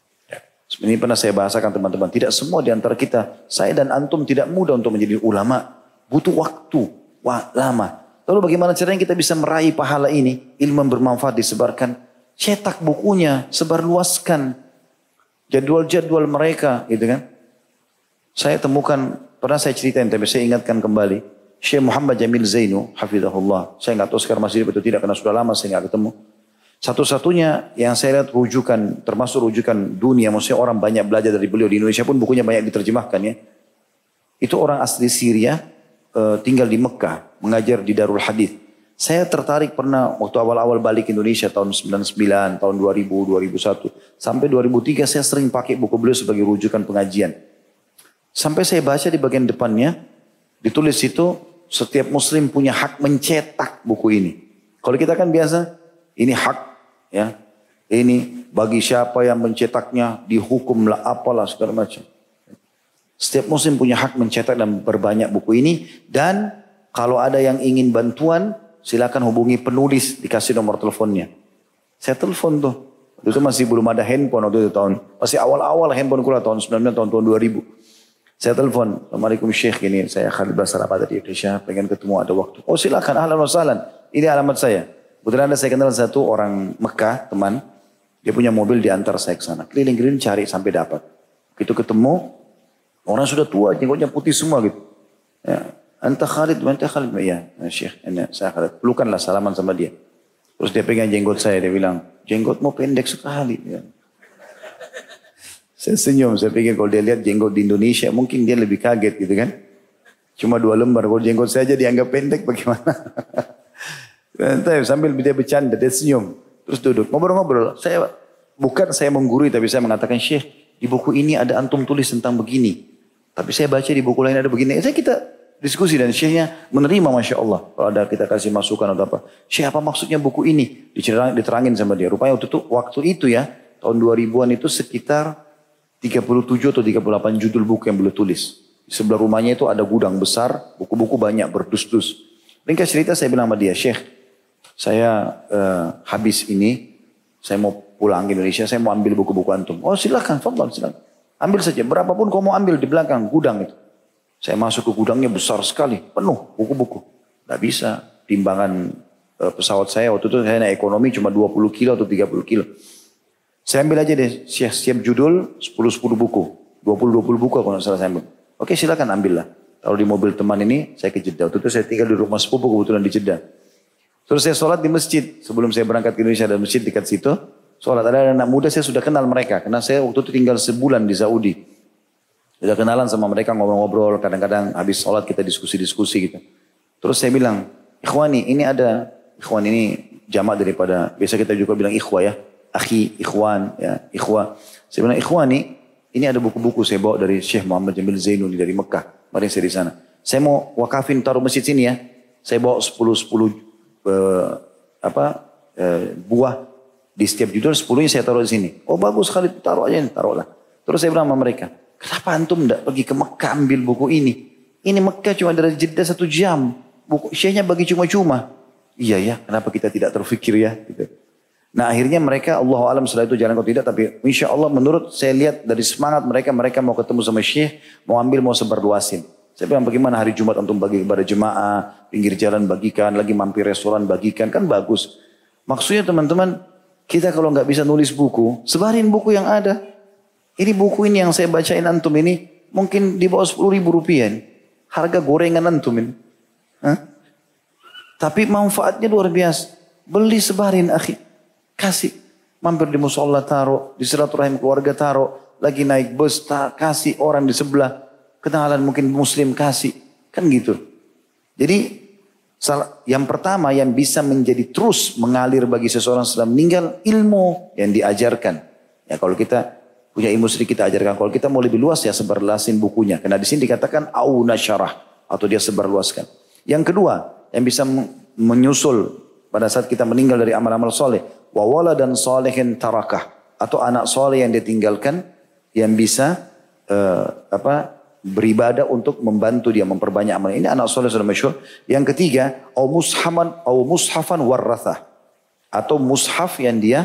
Ini pernah saya bahasakan teman-teman, tidak semua di antara kita, saya dan antum tidak mudah untuk menjadi ulama, butuh waktu lama. Lalu bagaimana caranya kita bisa meraih pahala ini? Ilmu yang bermanfaat disebarkan. Cetak bukunya, sebarluaskan jadwal-jadwal mereka, gitu kan. Saya temukan, pernah saya ceritain, tapi saya ingatkan kembali. Syekh Muhammad Jamil Zainu, hafizahullah. Saya nggak tahu sekarang masih hidup atau tidak, karena sudah lama saya nggak ketemu. Satu-satunya yang saya lihat rujukan, termasuk rujukan dunia, maksudnya orang banyak belajar dari beliau. Di Indonesia pun bukunya banyak diterjemahkan ya. Itu orang asli Syria, tinggal di Mekah, mengajar di Darul Hadith. Saya tertarik pernah waktu awal-awal balik Indonesia tahun 99, tahun 2000, 2001. Sampai 2003 saya sering pakai buku beliau sebagai rujukan pengajian. Sampai saya baca di bagian depannya, ditulis itu setiap muslim punya hak mencetak buku ini. Kalau kita kan biasa, ini hak ya. Ini bagi siapa yang mencetaknya dihukumlah apalah segala macam. Setiap muslim punya hak mencetak dan berbanyak buku ini. Dan kalau ada yang ingin bantuan, silakan hubungi penulis, dikasih nomor teleponnya. Saya telepon tuh. Itu masih belum ada handphone waktu itu masih awal-awal handphone kula tahun 99 tahun 2000. Saya telepon, Assalamualaikum Syekh, ini saya Khalid Basar apa tadi Indonesia, pengen ketemu ada waktu. Oh silakan, ahlan wa sahlan. Ini alamat saya. Kebetulan saya kenal satu orang Mekah, teman. Dia punya mobil diantar saya ke sana. Keliling-keliling cari sampai dapat. Begitu ketemu, orang sudah tua, jenggotnya putih semua gitu. Ya. Anta Khalid, iya Syekh, saya Khalid. Pelukanlah, salaman sama dia. Terus dia pegang jenggot saya, dia bilang, jenggotmu pendek sekali. Ya. Saya senyum, saya pikir kalau dia lihat jenggot di Indonesia, mungkin dia lebih kaget gitu kan. Cuma 2 lembar, kalau jenggot saya aja dianggap pendek bagaimana. Sambil dia bercanda, dia senyum. Terus duduk, ngobrol-ngobrol. Saya menggurui, tapi saya mengatakan, Syekh, di buku ini ada antum tulis tentang begini. Tapi saya baca di buku lain ada begini. Kita diskusi dan Syekhnya menerima, Masya Allah. Kalau ada kita kasih masukan atau apa. Syekh, apa maksudnya buku ini? Diterangin sama dia. Rupanya waktu itu ya, tahun 2000-an itu sekitar 37 atau 38 judul buku yang beliau tulis. Di sebelah rumahnya itu ada gudang besar, buku-buku banyak berdus-dus. Ringkas cerita saya bilang sama dia, Syekh, saya habis ini, saya mau pulang ke Indonesia, saya mau ambil buku-buku antum. Oh silakan, fadlan, silakan. Ambil saja, berapapun kau mau ambil di belakang gudang itu. Saya masuk ke gudangnya besar sekali, penuh buku-buku. Gak bisa, timbangan pesawat saya waktu itu saya naik ekonomi cuma 20 kilo atau 30 kilo. Saya ambil aja deh, siap judul 10 buku. 20 buku kalau nggak salah saya ambil. Oke silakan ambillah. Kalau di mobil teman ini saya ke Jeddah. Waktu itu saya tinggal di rumah sepupu kebetulan di Jeddah. Terus saya sholat di masjid. Sebelum saya berangkat ke Indonesia ada masjid dekat situ. Sholat ada anak muda, saya sudah kenal mereka. Karena saya waktu itu tinggal sebulan di Saudi. Sudah kenalan sama mereka, ngobrol-ngobrol, kadang-kadang habis sholat kita diskusi-diskusi gitu. Terus saya bilang, ikhwani ini jamak daripada, biasa kita juga bilang ikhwah ya, akhi, ikhwan, ya, ikhwah. Saya bilang, ikhwani, ini ada buku-buku saya bawa dari Syekh Muhammad Jamil Zainu dari Mekah. Mari saya di sana. Saya mau wakafin taruh masjid sini ya. Saya bawa 10 buah di setiap judul 10-nya saya taruh di sini. Oh bagus sekali, taruh aja, taruhlah. Terus saya bilang sama mereka, kenapa antum tidak pergi ke Mekah ambil buku ini? Ini Mekah cuma dari Jeddah 1 jam. Buku Syekhnya bagi cuma-cuma. Iya ya, kenapa kita tidak terfikir ya? Gitu. Nah akhirnya mereka, Allah alam setelah itu jalan atau tidak. Tapi insya Allah menurut saya lihat dari semangat mereka mau ketemu sama Syekh. Mau ambil, mau sebarluasin. Saya bilang bagaimana hari Jumat antum bagi kepada jemaah. Pinggir jalan bagikan, lagi mampir restoran bagikan. Kan bagus. Maksudnya teman-teman, kita kalau nggak bisa nulis buku, sebarin buku yang ada. Ini buku ini yang saya bacain antum ini mungkin di bawah 10.000 rupiah. Harga gorengan antum ini. Tapi manfaatnya luar biasa. Beli sebarin akhi. Kasih. Mampir di musola taruh, di silaturahim keluarga taruh, lagi naik bus kasih orang di sebelah, kenalan mungkin muslim kasih, kan gitu. Jadi yang pertama yang bisa menjadi terus mengalir bagi seseorang setelah meninggal, ilmu yang diajarkan. Ya kalau kita punya ilmu sedikit kita ajarkan, kalau kita mau lebih luas ya sebarluasin bukunya. Karena di sini dikatakan au nasyarah atau dia sebarluaskan. Yang kedua yang bisa menyusul pada saat kita meninggal dari amal-amal soleh, wa waladan salihin tarakah, atau anak soleh yang ditinggalkan yang bisa beribadah untuk membantu dia memperbanyak amal. Ini anak soleh sudah masyhur. Yang ketiga, au mushafan warrathah, atau mushaf yang dia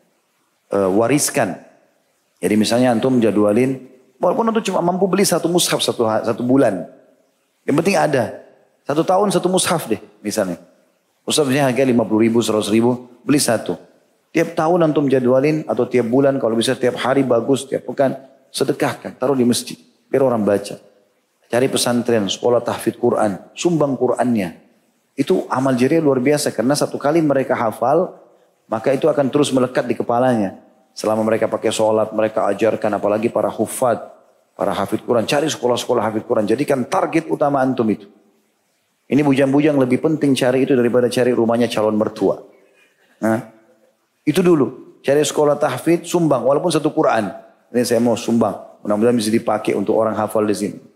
wariskan. Jadi misalnya antum jadwalin, walaupun antum cuma mampu beli satu mushaf satu bulan, yang penting ada. 1 tahun 1 mushaf deh misalnya. Mushafnya harga 50 ribu, 100 ribu, beli 1. Tiap tahun antum jadwalin atau tiap bulan, kalau bisa tiap hari bagus, tiap pekan, sedekahkan, taruh di masjid. Biar orang baca. Cari pesantren, sekolah tahfidz Quran, sumbang Qurannya. Itu amal jariah luar biasa, karena satu kali mereka hafal, maka itu akan terus melekat di kepalanya. Selama mereka pakai sholat, mereka ajarkan, apalagi para hufad, para hafidz Quran. Cari sekolah-sekolah hafidz Quran, jadikan target utama antum itu. Ini bujang-bujang lebih penting cari itu daripada cari rumahnya calon mertua. Nah, itu dulu. Cari sekolah tahfidz, sumbang, walaupun 1 Quran. Ini saya mau sumbang. Mudah-mudahan bisa dipakai untuk orang hafal di sini.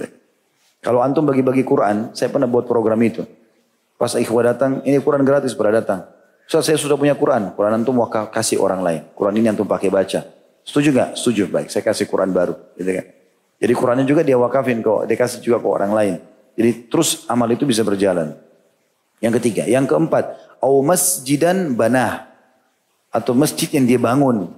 Kalau antum bagi-bagi Quran, saya pernah buat program itu. Pas ikhwah datang, ini Quran gratis pada datang. Saya sudah punya Quran antum mau kasih orang lain. Quran ini antum pakai baca. Setuju gak? Setuju, baik. Saya kasih Quran baru. Gitu kan. Jadi Qurannya juga dia wakafin kok, dia kasih juga ke orang lain. Jadi terus amal itu bisa berjalan. Yang ketiga. Yang keempat, au masjidan banah, atau masjid yang dia bangun.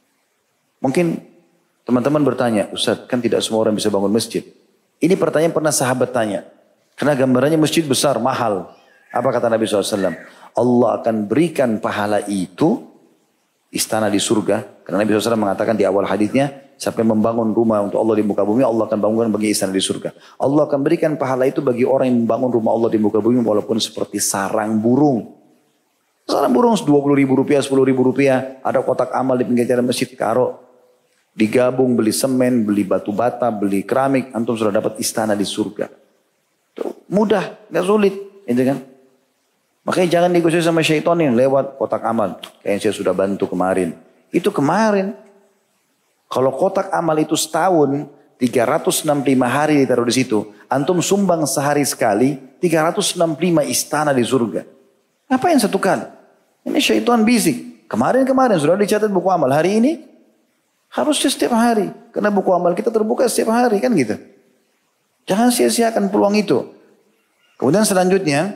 Mungkin teman-teman bertanya, Ustaz, kan tidak semua orang bisa bangun masjid. Ini pertanyaan pernah sahabat tanya. Karena gambarannya masjid besar, mahal. Apa kata Nabi SAW? Allah akan berikan pahala itu, istana di surga. Karena Nabi SAW mengatakan di awal hadisnya, sampai membangun rumah untuk Allah di muka bumi, Allah akan bangunkan bagi istana di surga. Allah akan berikan pahala itu bagi orang yang membangun rumah Allah di muka bumi, walaupun seperti sarang burung. Sarang burung 20 ribu rupiah, 10 ribu rupiah. Ada kotak amal di pinggir jalan masjid, taruh. Digabung, beli semen, beli batu bata, beli keramik, antum sudah dapat istana di surga. Tuh, mudah, gak sulit. Itu kan. Makanya jangan digosip sama syaitan yang lewat kotak amal. Kayak yang saya sudah bantu kemarin. Itu kemarin. Kalau kotak amal itu setahun, 365 hari ditaruh di situ. Antum sumbang sehari sekali, 365 istana di surga. Apa yang 1 kali? Ini syaitan bisik. Kemarin-kemarin sudah dicatat buku amal. Hari ini harusnya setiap hari. Karena buku amal kita terbuka setiap hari, kan gitu. Jangan sia-siakan peluang itu. Kemudian selanjutnya,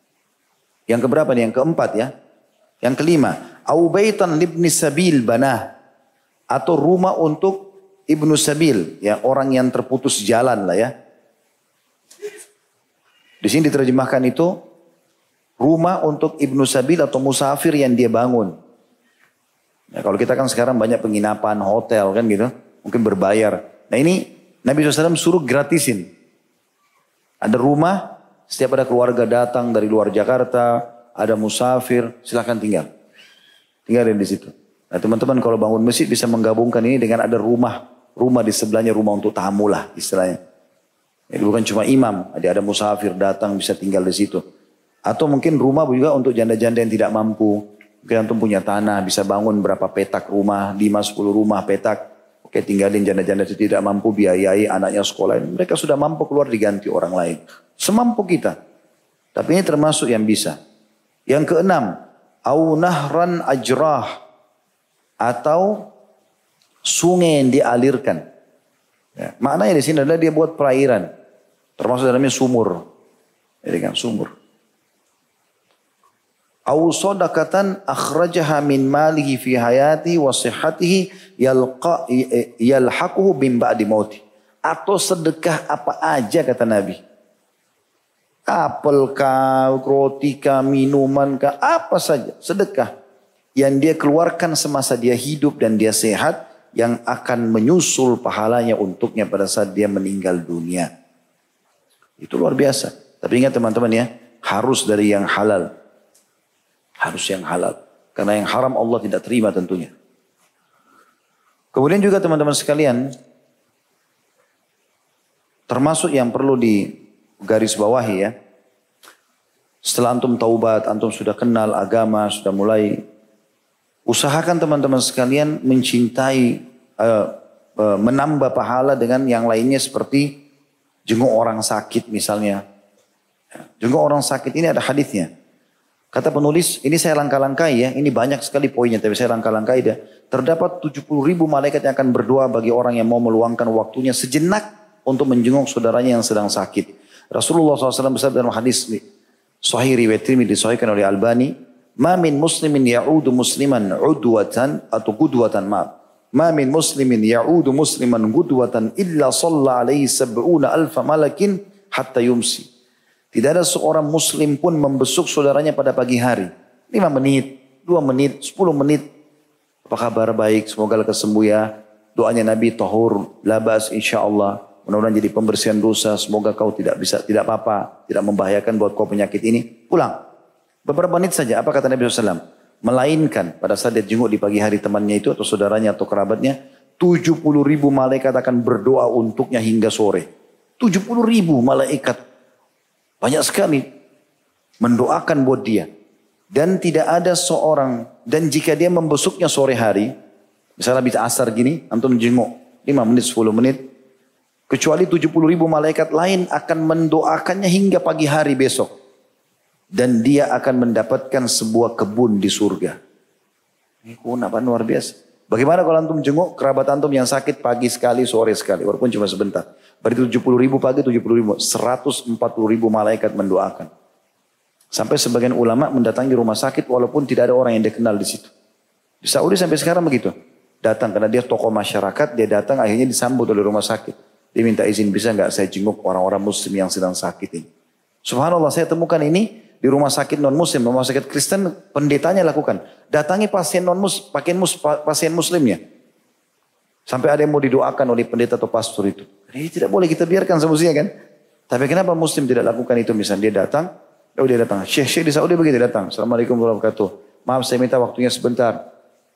yang keberapa nih? Yang keempat ya. Yang kelima, au baitan libni sabil banah, atau rumah untuk ibnu sabil, ya orang yang terputus jalan lah ya. Di sini diterjemahkan itu rumah untuk ibnu sabil atau musafir yang dia bangun. Ya, kalau kita kan sekarang banyak penginapan, hotel kan gitu, mungkin berbayar. Nah ini Nabi SAW suruh gratisin. Ada rumah, setiap ada keluarga datang dari luar Jakarta, ada musafir, silahkan tinggal. Tinggalin di situ. Nah teman-teman kalau bangun masjid bisa menggabungkan ini dengan ada rumah. Rumah di sebelahnya rumah untuk tamu lah istilahnya. Jadi bukan cuma imam, ada musafir datang bisa tinggal di situ. Atau mungkin rumah juga untuk janda-janda yang tidak mampu. Mungkin antum punya tanah, bisa bangun berapa petak rumah, 5-10 rumah petak. Oke tinggalin janda-janda itu tidak mampu, biayai anaknya sekolah. Mereka sudah mampu keluar diganti orang lain. Semampu kita. Tapi ini termasuk yang bisa. Yang keenam, au nahran ajrah, atau sungai yang dialirkan. Ya, maknanya di sini adalah dia buat perairan. Termasuk dalamnya sumur. Jadi kan sumur. Au sadaqatan akhrajaha min malihi fi hayati wa sihhatihi yalhaquhu bim ba'di mauti. Atau sedekah apa aja kata Nabi. Apel kah, roti kah, minuman kah, apa saja sedekah yang dia keluarkan semasa dia hidup dan dia sehat, yang akan menyusul pahalanya untuknya pada saat dia meninggal dunia. Itu luar biasa. Tapi ingat teman-teman ya, harus dari yang halal. Harus yang halal. Karena yang haram Allah tidak terima tentunya. Kemudian juga teman-teman sekalian, termasuk yang perlu digarisbawahi ya. Setelah antum taubat, antum sudah kenal agama, sudah mulai, usahakan teman-teman sekalian mencintai, menambah pahala dengan yang lainnya seperti jenguk orang sakit misalnya. Jenguk orang sakit ini ada hadisnya. Kata penulis, ini saya langkah-langkai ya, ini banyak sekali poinnya, tapi saya langkah-langkai dah. Terdapat 70.000 malaikat yang akan berdoa bagi orang yang mau meluangkan waktunya sejenak untuk menjenguk saudaranya yang sedang sakit. Rasulullah SAW bersabda dalam hadis Sahih riwayat Tirmidzi disahihkan oleh Albani, "Ma min muslimin ya'udu musliman udwatan atau gudwatan ma min muslimin ya'udu musliman gudwatan illa shalla alaihi sab'una alfa malakin hatta yumsi." Tidak ada seorang muslim pun membesuk saudaranya pada pagi hari. 5 menit, 2 menit, 10 menit. Apa kabar baik, semoga lekas sembuh ya. Doanya Nabi tahur, labas insyaAllah. Mudah-mudahan jadi pembersihan dosa. Semoga kau tidak apa-apa. Tidak membahayakan buat kau penyakit ini. Pulang. Beberapa menit saja. Apa kata Nabi SAW? Melainkan pada saat dia jenguk di pagi hari temannya itu atau saudaranya atau kerabatnya. 70.000 malaikat akan berdoa untuknya hingga sore. 70.000 malaikat. Banyak sekali mendoakan buat dia. Dan tidak ada seorang, dan jika dia membesuknya sore hari, misalnya habis asar gini, antum jenguk 5 menit, 10 menit, kecuali 70.000 malaikat lain akan mendoakannya hingga pagi hari besok. Dan dia akan mendapatkan sebuah kebun di surga. Ini apa luar biasa. Bagaimana kalau antum jenguk kerabat antum yang sakit pagi sekali, sore sekali, walaupun cuma sebentar. Berarti 70.000 pagi, 70.000, 140.000 malaikat mendoakan. Sampai sebagian ulama mendatangi rumah sakit walaupun tidak ada orang yang dikenal di situ. Di Saudi sampai sekarang begitu. Datang karena dia tokoh masyarakat, dia datang akhirnya disambut oleh rumah sakit. Dia minta izin, bisa nggak saya jenguk orang-orang muslim yang sedang sakit ini. Subhanallah, saya temukan ini di rumah sakit non muslim, rumah sakit Kristen, pendetanya lakukan. Datangi pasien non muslim, pasien muslimnya. Sampai ada yang mau didoakan oleh pendeta atau pastor itu. Ini tidak boleh kita biarkan semestinya kan. Tapi kenapa muslim tidak lakukan itu? Misalnya dia datang, dia datang. Syekh di Saudi begitu datang. Assalamualaikum warahmatullahi wabarakatuh. Maaf saya minta waktunya sebentar.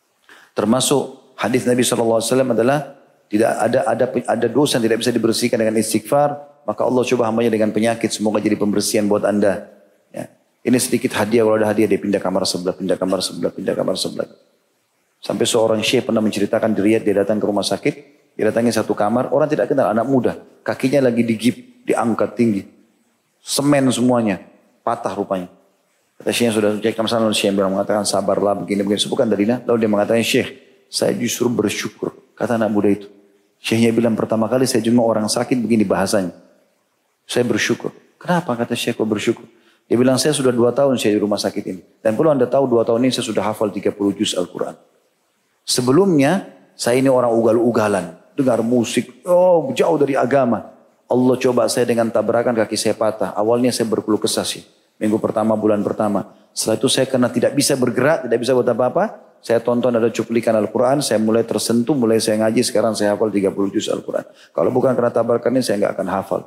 Termasuk hadis Nabi SAW adalah tidak ada dosa yang tidak bisa dibersihkan dengan istighfar. Maka Allah coba hambanya dengan penyakit. Semoga jadi pembersihan buat anda. Ya. Ini sedikit hadiah. Kalau ada hadiah dia pindah kamar sebelah, pindah kamar sebelah, pindah kamar sebelah. Sampai seorang syekh pernah menceritakan di Riyadh, dia datang ke rumah sakit, dia datangi satu kamar, orang tidak kenal, anak muda, kakinya lagi digip, diangkat tinggi, semen semuanya, patah rupanya. Kata syekhnya sudah cek sama syekh bilang mengatakan sabarlah begini-begini, sebutkan dalilnya, lalu dia mengatakan syekh, saya justru bersyukur, kata anak muda itu. Syekhnya bilang pertama kali saya jenguk orang sakit begini bahasanya, saya bersyukur. Kenapa kata syekh kok bersyukur? Dia bilang saya sudah 2 tahun saya di rumah sakit ini, dan perlu anda tahu 2 tahun ini saya sudah hafal 30 juz Al-Quran. Sebelumnya saya ini orang ugal-ugalan, dengar musik, jauh dari agama. Allah coba saya dengan tabrakan kaki saya patah. Awalnya saya berkeluh kesah sih. Minggu pertama, bulan pertama. Setelah itu saya karena tidak bisa bergerak, tidak bisa buat apa-apa. Saya tonton ada cuplikan Al-Quran, saya mulai tersentuh, mulai saya ngaji, sekarang saya hafal 30 juz Al-Quran. Kalau bukan karena tabrakan ini saya nggak akan hafal.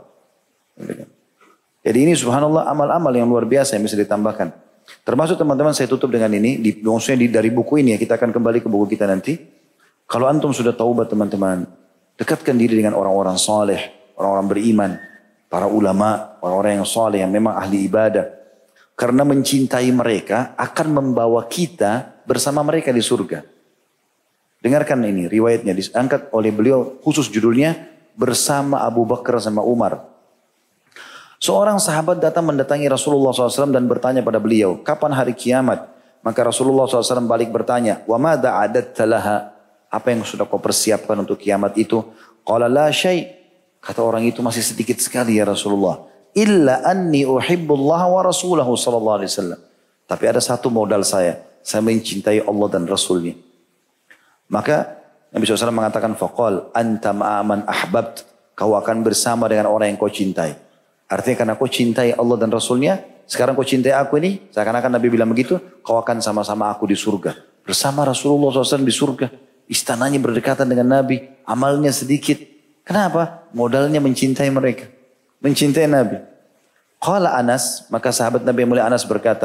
Jadi ini subhanallah amal-amal yang luar biasa yang bisa ditambahkan. Termasuk teman-teman saya tutup dengan ini, maksudnya dari buku ini ya, kita akan kembali ke buku kita nanti. Kalau antum sudah taubat teman-teman, dekatkan diri dengan orang-orang saleh, orang-orang beriman, para ulama, orang-orang yang saleh yang memang ahli ibadah. Karena mencintai mereka akan membawa kita bersama mereka di surga. Dengarkan ini, riwayatnya diangkat oleh beliau khusus judulnya Bersama Abu Bakar sama Umar. Seorang sahabat datang mendatangi Rasulullah SAW dan bertanya pada beliau, kapan hari kiamat? Maka Rasulullah SAW balik bertanya, wa madza adatta laha? Apa yang sudah kau persiapkan untuk kiamat itu? Qala la syai'. Kata orang itu masih sedikit sekali ya Rasulullah. Illa anni uhibbullah wa rasulahu sallallahu alaihi wasallam. Tapi ada satu modal saya mencintai Allah dan Rasulnya. Maka Nabi SAW mengatakan, faqal anta ma'aman ahbabt. Kau akan bersama dengan orang yang kau cintai. Artinya karena kau cintai Allah dan Rasulnya, sekarang kau cintai aku ini, seakan-akan Nabi bilang begitu, kau akan sama-sama aku di surga. Bersama Rasulullah SAW di surga. Istananya berdekatan dengan Nabi, amalnya sedikit. Kenapa? Modalnya mencintai mereka. Mencintai Nabi. Qala Anas, maka sahabat Nabi yang mulia Anas berkata,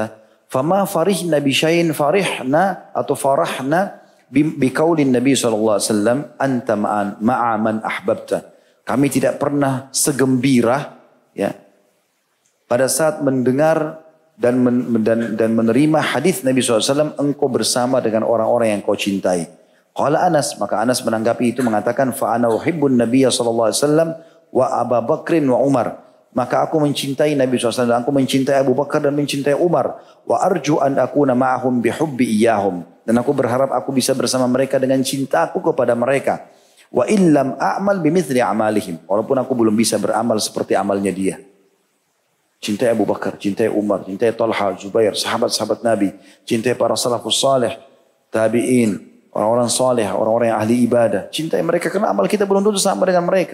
Fama farihna bi syai'in farihna atau farahna biqaulin Nabi SAW, anta ma'a man ahbabta. Kami tidak pernah segembira ya pada saat mendengar dan menerima hadis Nabi SAW, engkau bersama dengan orang-orang yang kau cintai. Qala Anas, maka Anas menanggapi itu mengatakan, fa ana uhibbun Nabiyya sallallahu alaihi wasallam wa Abu Bakrin wa Umar. Maka aku mencintai Nabi SAW, aku mencintai Abu Bakar dan mencintai Umar. Wa arju an akuna ma'ahum bihubbi iyahum. Dan aku berharap aku bisa bersama mereka dengan cintaku kepada mereka. Wa illam a'mal bimithli amalihim. Walaupun aku belum bisa beramal seperti amalnya dia. Cintai Abu Bakar, cintai Umar, cintai Talha, Zubair, sahabat-sahabat Nabi. Cintai para salafus salih, tabi'in, orang-orang salih, orang-orang yang ahli ibadah. Cintai mereka karena amal kita belum tentu sama dengan mereka.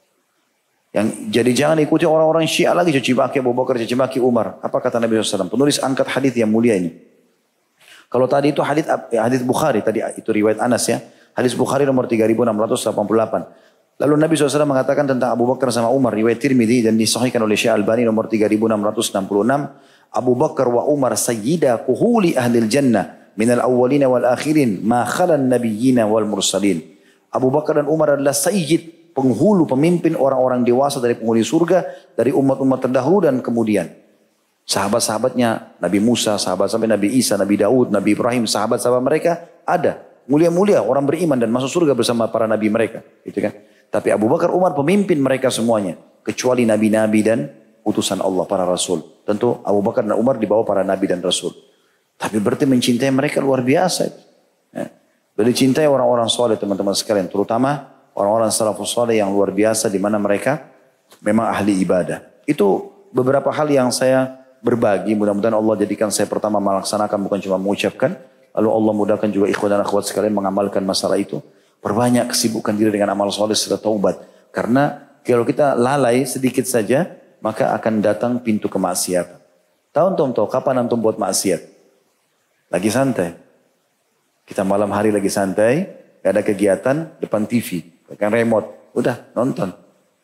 Jadi jangan ikuti orang-orang Syiah lagi caci maki Abu Bakar, caci maki Umar. Apa kata Nabi SAW? Penulis angkat hadis yang mulia ini. Kalau tadi itu hadis Bukhari, tadi itu riwayat Anas ya. Hadis Bukhari nomor 3688. Lalu Nabi SAW mengatakan tentang Abu Bakar sama Umar, riwayat Tirmidzi dan disahihkan oleh Syekh Albani nomor 3666. Abu Bakar wa Umar sayyida kuhuli ahlil jannah minal awwalina wal akhirin ma khalan nabiyyina wal mursalin. Abu Bakar dan Umar adalah sayyid, penghulu, pemimpin orang-orang dewasa dari penghuni surga, dari umat-umat terdahulu dan kemudian. Sahabat-sahabatnya, Nabi Musa, sahabat sampai Nabi Isa, Nabi Daud, Nabi Ibrahim, sahabat-sahabat mereka ada. Mulia-mulia, orang beriman dan masuk surga bersama para nabi mereka. Gitu kan? Tapi Abu Bakar, Umar pemimpin mereka semuanya. Kecuali nabi-nabi dan utusan Allah, para rasul. Tentu Abu Bakar dan Umar di bawah para nabi dan rasul. Tapi berarti mencintai mereka luar biasa. Ya. Berarti cintai orang-orang soleh teman-teman sekalian. Terutama orang-orang salafus saleh yang luar biasa di mana mereka memang ahli ibadah. Itu beberapa hal yang saya berbagi. Mudah-mudahan Allah jadikan saya pertama melaksanakan, bukan cuma mengucapkan. Lalu Allah mudahkan juga ikhwan dan akhwat sekalian mengamalkan masalah itu. Perbanyak kesibukan diri dengan amal soleh setelah taubat. Karena kalau kita lalai sedikit saja, maka akan datang pintu kemaksiatan. Tahu kapan antum buat maksiat? Lagi santai. Kita malam hari lagi santai, gak ada kegiatan, depan TV. Pegang remote, udah nonton.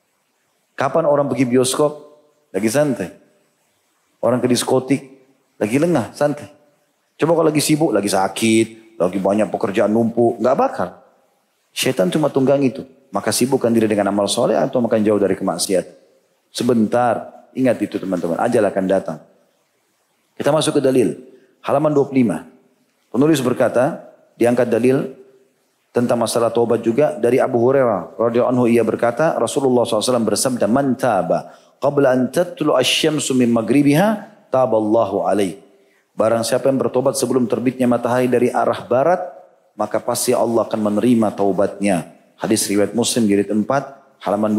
Kapan orang pergi bioskop? Lagi santai. Orang ke diskotik, lagi lengah, santai. Coba kalau lagi sibuk, lagi sakit, lagi banyak pekerjaan numpuk, gak bakal. Syaitan cuma tunggang itu. Maka sibukkan diri dengan amal soleh atau makan jauh dari kemaksiat. Sebentar, ingat itu teman-teman, ajal akan datang. Kita masuk ke dalil. Halaman 25. Penulis berkata, diangkat dalil tentang masalah taubat juga dari Abu Hurairah radhiyallahu anhu, ia berkata Rasulullah SAW bersabda, man taba qabla an tatlu asy-syamsu min maghribiha taballahu alaihi. Barang siapa yang bertobat sebelum terbitnya matahari dari arah barat, maka pasti Allah akan menerima taubatnya. Hadis riwayat Muslim jilid 4 halaman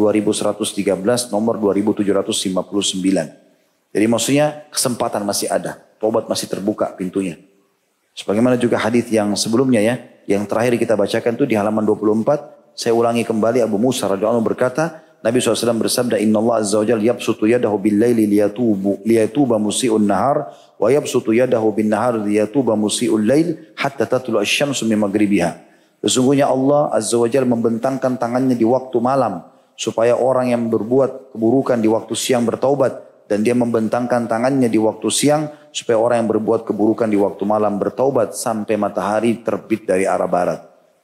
2113 nomor 2759. Jadi maksudnya kesempatan masih ada, taubat masih terbuka pintunya. Sebagaimana juga hadis yang sebelumnya ya, yang terakhir kita bacakan itu di halaman 24. Saya ulangi kembali, Abu Musa radhiyallahu anhu berkata, Nabi SAW bersabda, Inna Allah Azza wa Jalla yabsutu yadahu bil laili liyatuba musi'un nahar, wa yabsutu yadahu bin nahar liyatuba musi'ul lail, hatta tatlu asy-syamsu min maghribiha. Sesungguhnya Allah Azza wa Jalla membentangkan tangannya di waktu malam, supaya orang yang berbuat keburukan di waktu siang bertaubat. Dan dia membentangkan tangannya di waktu siang supaya orang yang berbuat keburukan di waktu malam bertaubat sampai matahari terbit dari arah barat.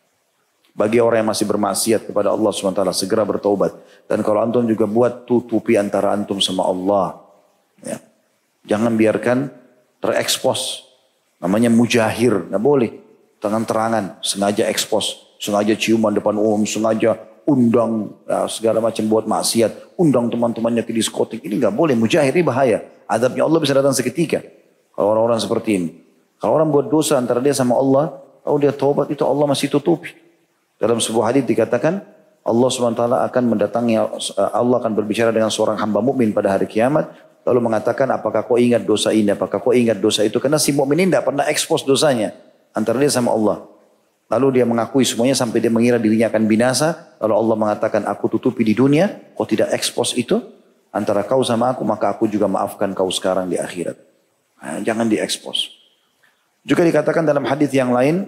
Bagi orang yang masih bermaksiat kepada Allah SWT segera bertaubat. Dan kalau antum juga buat, tutupi antara antum sama Allah. Ya. Jangan biarkan terekspos. Namanya mujahir, nggak boleh. Tangan-terangan, sengaja ekspos, sengaja ciuman depan umum, sengaja undang ya, segala macam buat maksiat, undang teman-temannya ke diskotik, ini nggak boleh, mujahir, ini bahaya. Adabnya Allah bisa datang seketika kalau orang-orang seperti ini. Kalau orang buat dosa antara dia sama Allah, kalau dia taubat itu Allah masih tutupi. Dalam sebuah hadis dikatakan Allah SWT akan mendatangi, Allah akan berbicara dengan seorang hamba mukmin pada hari kiamat, lalu mengatakan, apakah kau ingat dosa ini, apakah kau ingat dosa itu? Karena si mukmin ini tidak pernah ekspos dosanya antara dia sama Allah. Lalu dia mengakui semuanya sampai dia mengira dirinya akan binasa. Lalu Allah mengatakan, aku tutupi di dunia, kau tidak ekspos itu antara kau sama aku, maka aku juga maafkan kau sekarang di akhirat. Nah, jangan diekspos. Juga dikatakan dalam hadis yang lain,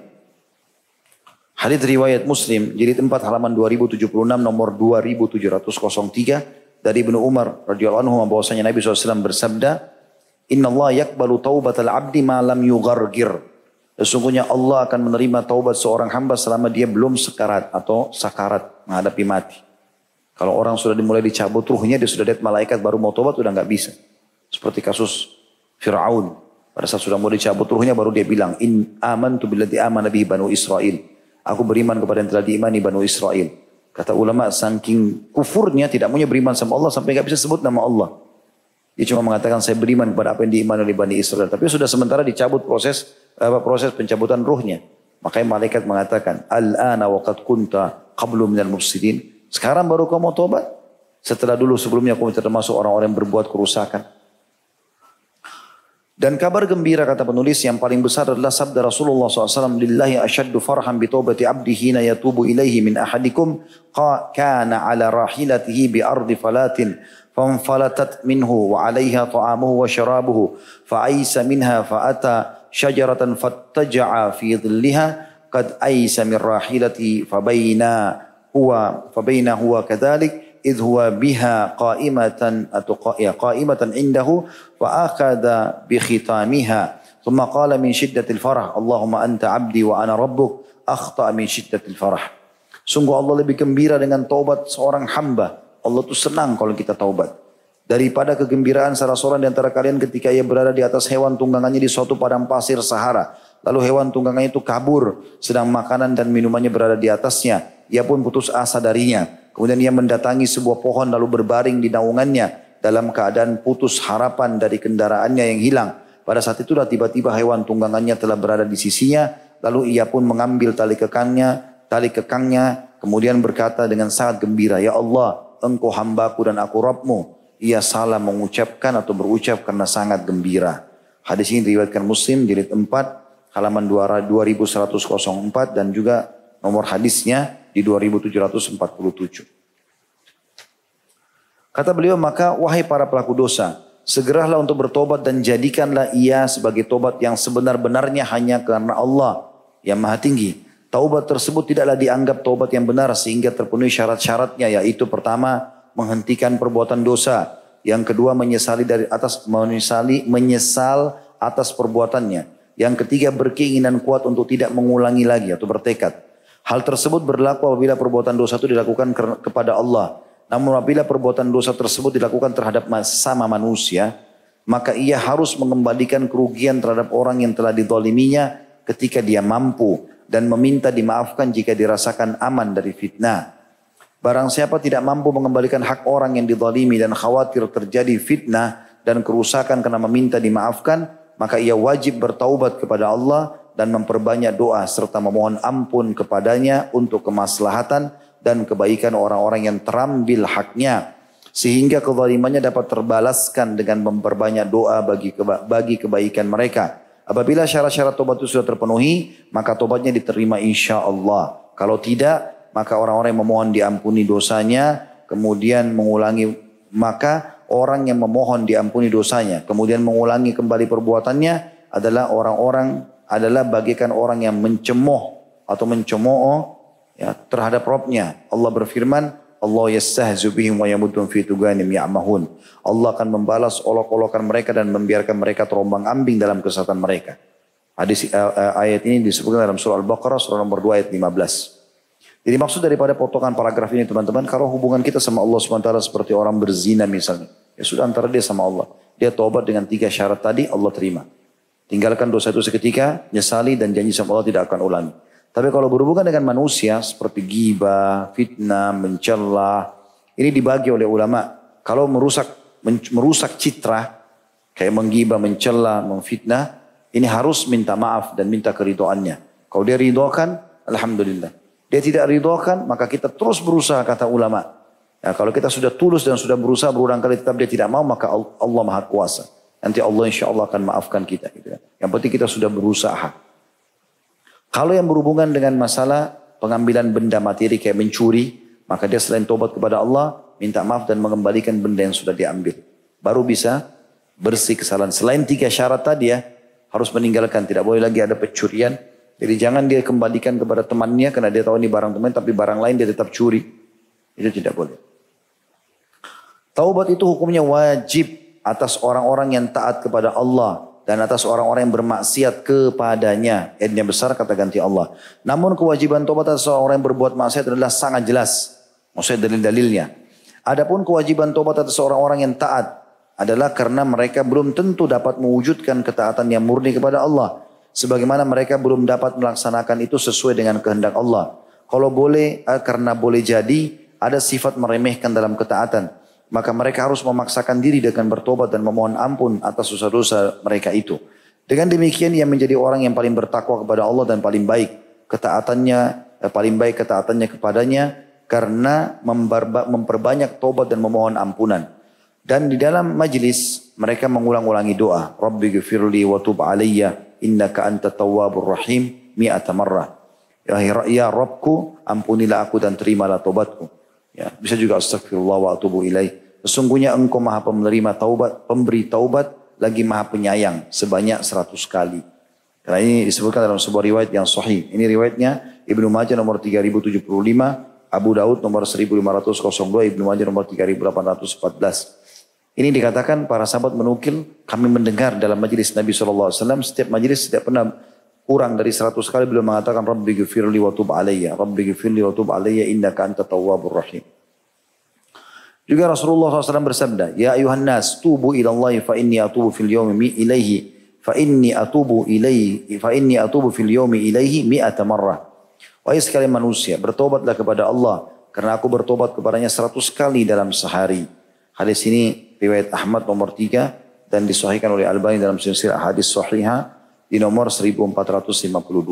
hadis riwayat Muslim, jilid 4 halaman 2076 nomor 2703 dari Ibnu Umar radhiyallahu anhu bahwasanya Nabi SAW bersabda, Inna Allah yakbalu taubatal abdi ma lam yughargir. Sesungguhnya Allah akan menerima taubat seorang hamba selama dia belum sekarat atau sakarat menghadapi mati. Kalau orang sudah dimulai dicabut ruhnya, dia sudah lihat malaikat baru mau taubat, udah nggak bisa. Seperti kasus Fir'aun. Pada saat sudah mau dicabut ruhnya baru dia bilang, In amantu billadzi amana bihi Banu Israel. Aku beriman kepada yang telah diimani Banu Israel. Kata ulama, saking kufurnya tidak maunya beriman sama Allah sampai nggak bisa sebut nama Allah. Dia cuma mengatakan saya beriman kepada apa yang diimani oleh Bani Israel. Tapi sudah sementara dicabut proses pencabutan ruhnya. Makanya malaikat mengatakan, Al-ana waqad kunta qablu minal mufsidin. Sekarang baru kamu tobat. Setelah dulu sebelumnya kamu termasuk orang-orang yang berbuat kerusakan. Dan kabar gembira kata penulis yang paling besar adalah sabda Rasulullah SAW. Lillahi asyaddu farhan bitawbati abdi hina yatubu ilaihi min ahadikum. Kana ala rahilatihi bi ardi falatin. فانفلتت منه وعليها طعامه وشرابه فأيس منها فأتى شجرة فاتجع في ظلها قد أيس من راحلته فبين هو كذلك إذ هو بها قائمة عنده فأخذ بختامها ثم قال من شدة الفرح اللهم أنت عبدي وأنا ربك أخطأ من شدة الفرح. Sungguh Allah lebih gembira dengan taubat seorang hamba. Allah tuh senang kalau kita taubat. Daripada kegembiraan salah seorang di antara kalian ketika ia berada di atas hewan tunggangannya di suatu padang pasir Sahara. Lalu hewan tunggangannya itu kabur, sedang makanan dan minumannya berada di atasnya. Ia pun putus asa darinya. Kemudian ia mendatangi sebuah pohon lalu berbaring di naungannya. Dalam keadaan putus harapan dari kendaraannya yang hilang. Pada saat itulah tiba-tiba hewan tunggangannya telah berada di sisinya. Lalu ia pun mengambil tali kekangnya. Kemudian berkata dengan sangat gembira, Ya Allah, Engkau hambaku dan aku Rabbmu. Ia salah mengucapkan atau berucap karena sangat gembira. Hadis ini diriwayatkan Muslim jilid 4 halaman 2104 dan juga nomor hadisnya di 2747. Kata beliau, maka wahai para pelaku dosa, segeralah untuk bertobat dan jadikanlah ia sebagai tobat yang sebenar-benarnya hanya karena Allah yang Maha Tinggi. Taubat tersebut tidaklah dianggap taubat yang benar sehingga terpenuhi syarat-syaratnya, yaitu pertama, menghentikan perbuatan dosa. Yang kedua, menyesal atas perbuatannya. Yang ketiga, berkeinginan kuat untuk tidak mengulangi lagi atau bertekad. Hal tersebut berlaku apabila perbuatan dosa itu dilakukan kepada Allah. Namun apabila perbuatan dosa tersebut dilakukan terhadap sesama manusia, maka ia harus mengembalikan kerugian terhadap orang yang telah dizaliminya ketika dia mampu. Dan meminta dimaafkan jika dirasakan aman dari fitnah. Barang siapa tidak mampu mengembalikan hak orang yang dizalimi dan khawatir terjadi fitnah dan kerusakan karena meminta dimaafkan, maka ia wajib bertaubat kepada Allah dan memperbanyak doa serta memohon ampun kepadanya untuk kemaslahatan dan kebaikan orang-orang yang terambil haknya. Sehingga kezalimannya dapat terbalaskan dengan memperbanyak doa bagi kebaikan mereka. Apabila syarat-syarat tobat itu sudah terpenuhi, maka tobatnya diterima insya Allah. Kalau tidak, maka orang-orang yang memohon diampuni dosanya, kemudian maka orang yang memohon diampuni dosanya, kemudian mengulangi kembali perbuatannya adalah bagaikan orang yang mencemooh ya, terhadap Rabbnya. Allah berfirman, Allah yastahzu bihim wa yamuddum fi tuganim ya'mahun. Allah akan membalas olok-olokan mereka dan membiarkan mereka terombang-ambing dalam kesesatan mereka. Ayat ini disebutkan dalam surah Al-Baqarah surah nomor 2 ayat 15. Jadi maksud daripada potongan paragraf ini teman-teman, kalau hubungan kita sama Allah SWT seperti orang berzina misalnya, ya sudah antara dia sama Allah. Dia taubat dengan 3 syarat tadi, Allah terima. Tinggalkan dosa itu seketika, nyesali dan janji sama Allah tidak akan ulangi. Tapi kalau berhubungan dengan manusia seperti ghibah, fitnah, mencela, ini dibagi oleh ulama. Kalau merusak citra, kayak menggibah, mencela, memfitnah, ini harus minta maaf dan minta keridhoannya. Kalau dia ridhokan, alhamdulillah. Dia tidak ridhokan, maka kita terus berusaha, kata ulama. Ya, kalau kita sudah tulus dan sudah berusaha berulang kali tetap dia tidak mau, maka Allah Maha Kuasa. Nanti Allah insya Allah akan maafkan kita. Gitu. Yang penting kita sudah berusaha. Kalau yang berhubungan dengan masalah pengambilan benda materi kayak mencuri, maka dia selain tobat kepada Allah, minta maaf dan mengembalikan benda yang sudah diambil. Baru bisa bersih kesalahan. Selain 3 syarat tadi ya, harus meninggalkan. Tidak boleh lagi ada pencurian. Jadi jangan dia kembalikan kepada temannya karena dia tahu ini barang teman, tapi barang lain dia tetap curi. Itu tidak boleh. Taubat itu hukumnya wajib atas orang-orang yang taat kepada Allah dan atas orang-orang yang bermaksiat kepadanya. Ayatnya besar kata ganti Allah. Namun kewajiban tobat atas orang yang berbuat maksiat adalah sangat jelas. Maksudnya dalil-dalilnya. Adapun kewajiban tobat atas orang-orang yang taat adalah karena mereka belum tentu dapat mewujudkan ketaatan yang murni kepada Allah. Sebagaimana mereka belum dapat melaksanakan itu sesuai dengan kehendak Allah. Kalau boleh, karena boleh jadi ada sifat meremehkan dalam ketaatan. Maka mereka harus memaksakan diri dengan bertobat dan memohon ampun atas dosa-dosa mereka itu. Dengan demikian ia menjadi orang yang paling bertakwa kepada Allah dan paling baik ketaatannya kepadanya karena memperbanyak tobat dan memohon ampunan. Dan di dalam majlis mereka mengulang-ulangi doa, Rabbi ghfirli wa tub alayya innaka antat tawwabur rahim mi'ata marrah. Ya Rabbku, ampunilah aku dan terimalah tobatku. Ya, bisa juga astagfirullah wa atubu ilaih. Sesungguhnya engkau maha penerima taubat, pemberi taubat, lagi maha penyayang sebanyak 100 kali. Karena ini disebutkan dalam sebuah riwayat yang sahih. Ini riwayatnya Ibnu Majah nomor 3075, Abu Daud nomor 1502, Ibnu Majah nomor 3814. Ini dikatakan para sahabat menukil, kami mendengar dalam majelis Nabi SAW, setiap majelis tidak pernah kurang dari 100 kali beliau mengatakan Rabbi ghfirli wa tub alayya, Rabbi ghfirli wa tub alayya innaka antat tawwabur rahim. Juga Rasulullah SAW bersabda, Ya ayuhan nas, tubu ila Allah fa inni atubu fil yawmi ilaihi, fa inni atubu fil yawmi ilaihi mi'ata marrah. Wahai sekalian manusia, bertobatlah kepada Allah, karena aku bertobat kepadanya 100 kali dalam sehari. Hadis ini riwayat Ahmad nomor 3 dan disahihkan oleh Albani dalam silsilah hadis sahihah di nomor 1452.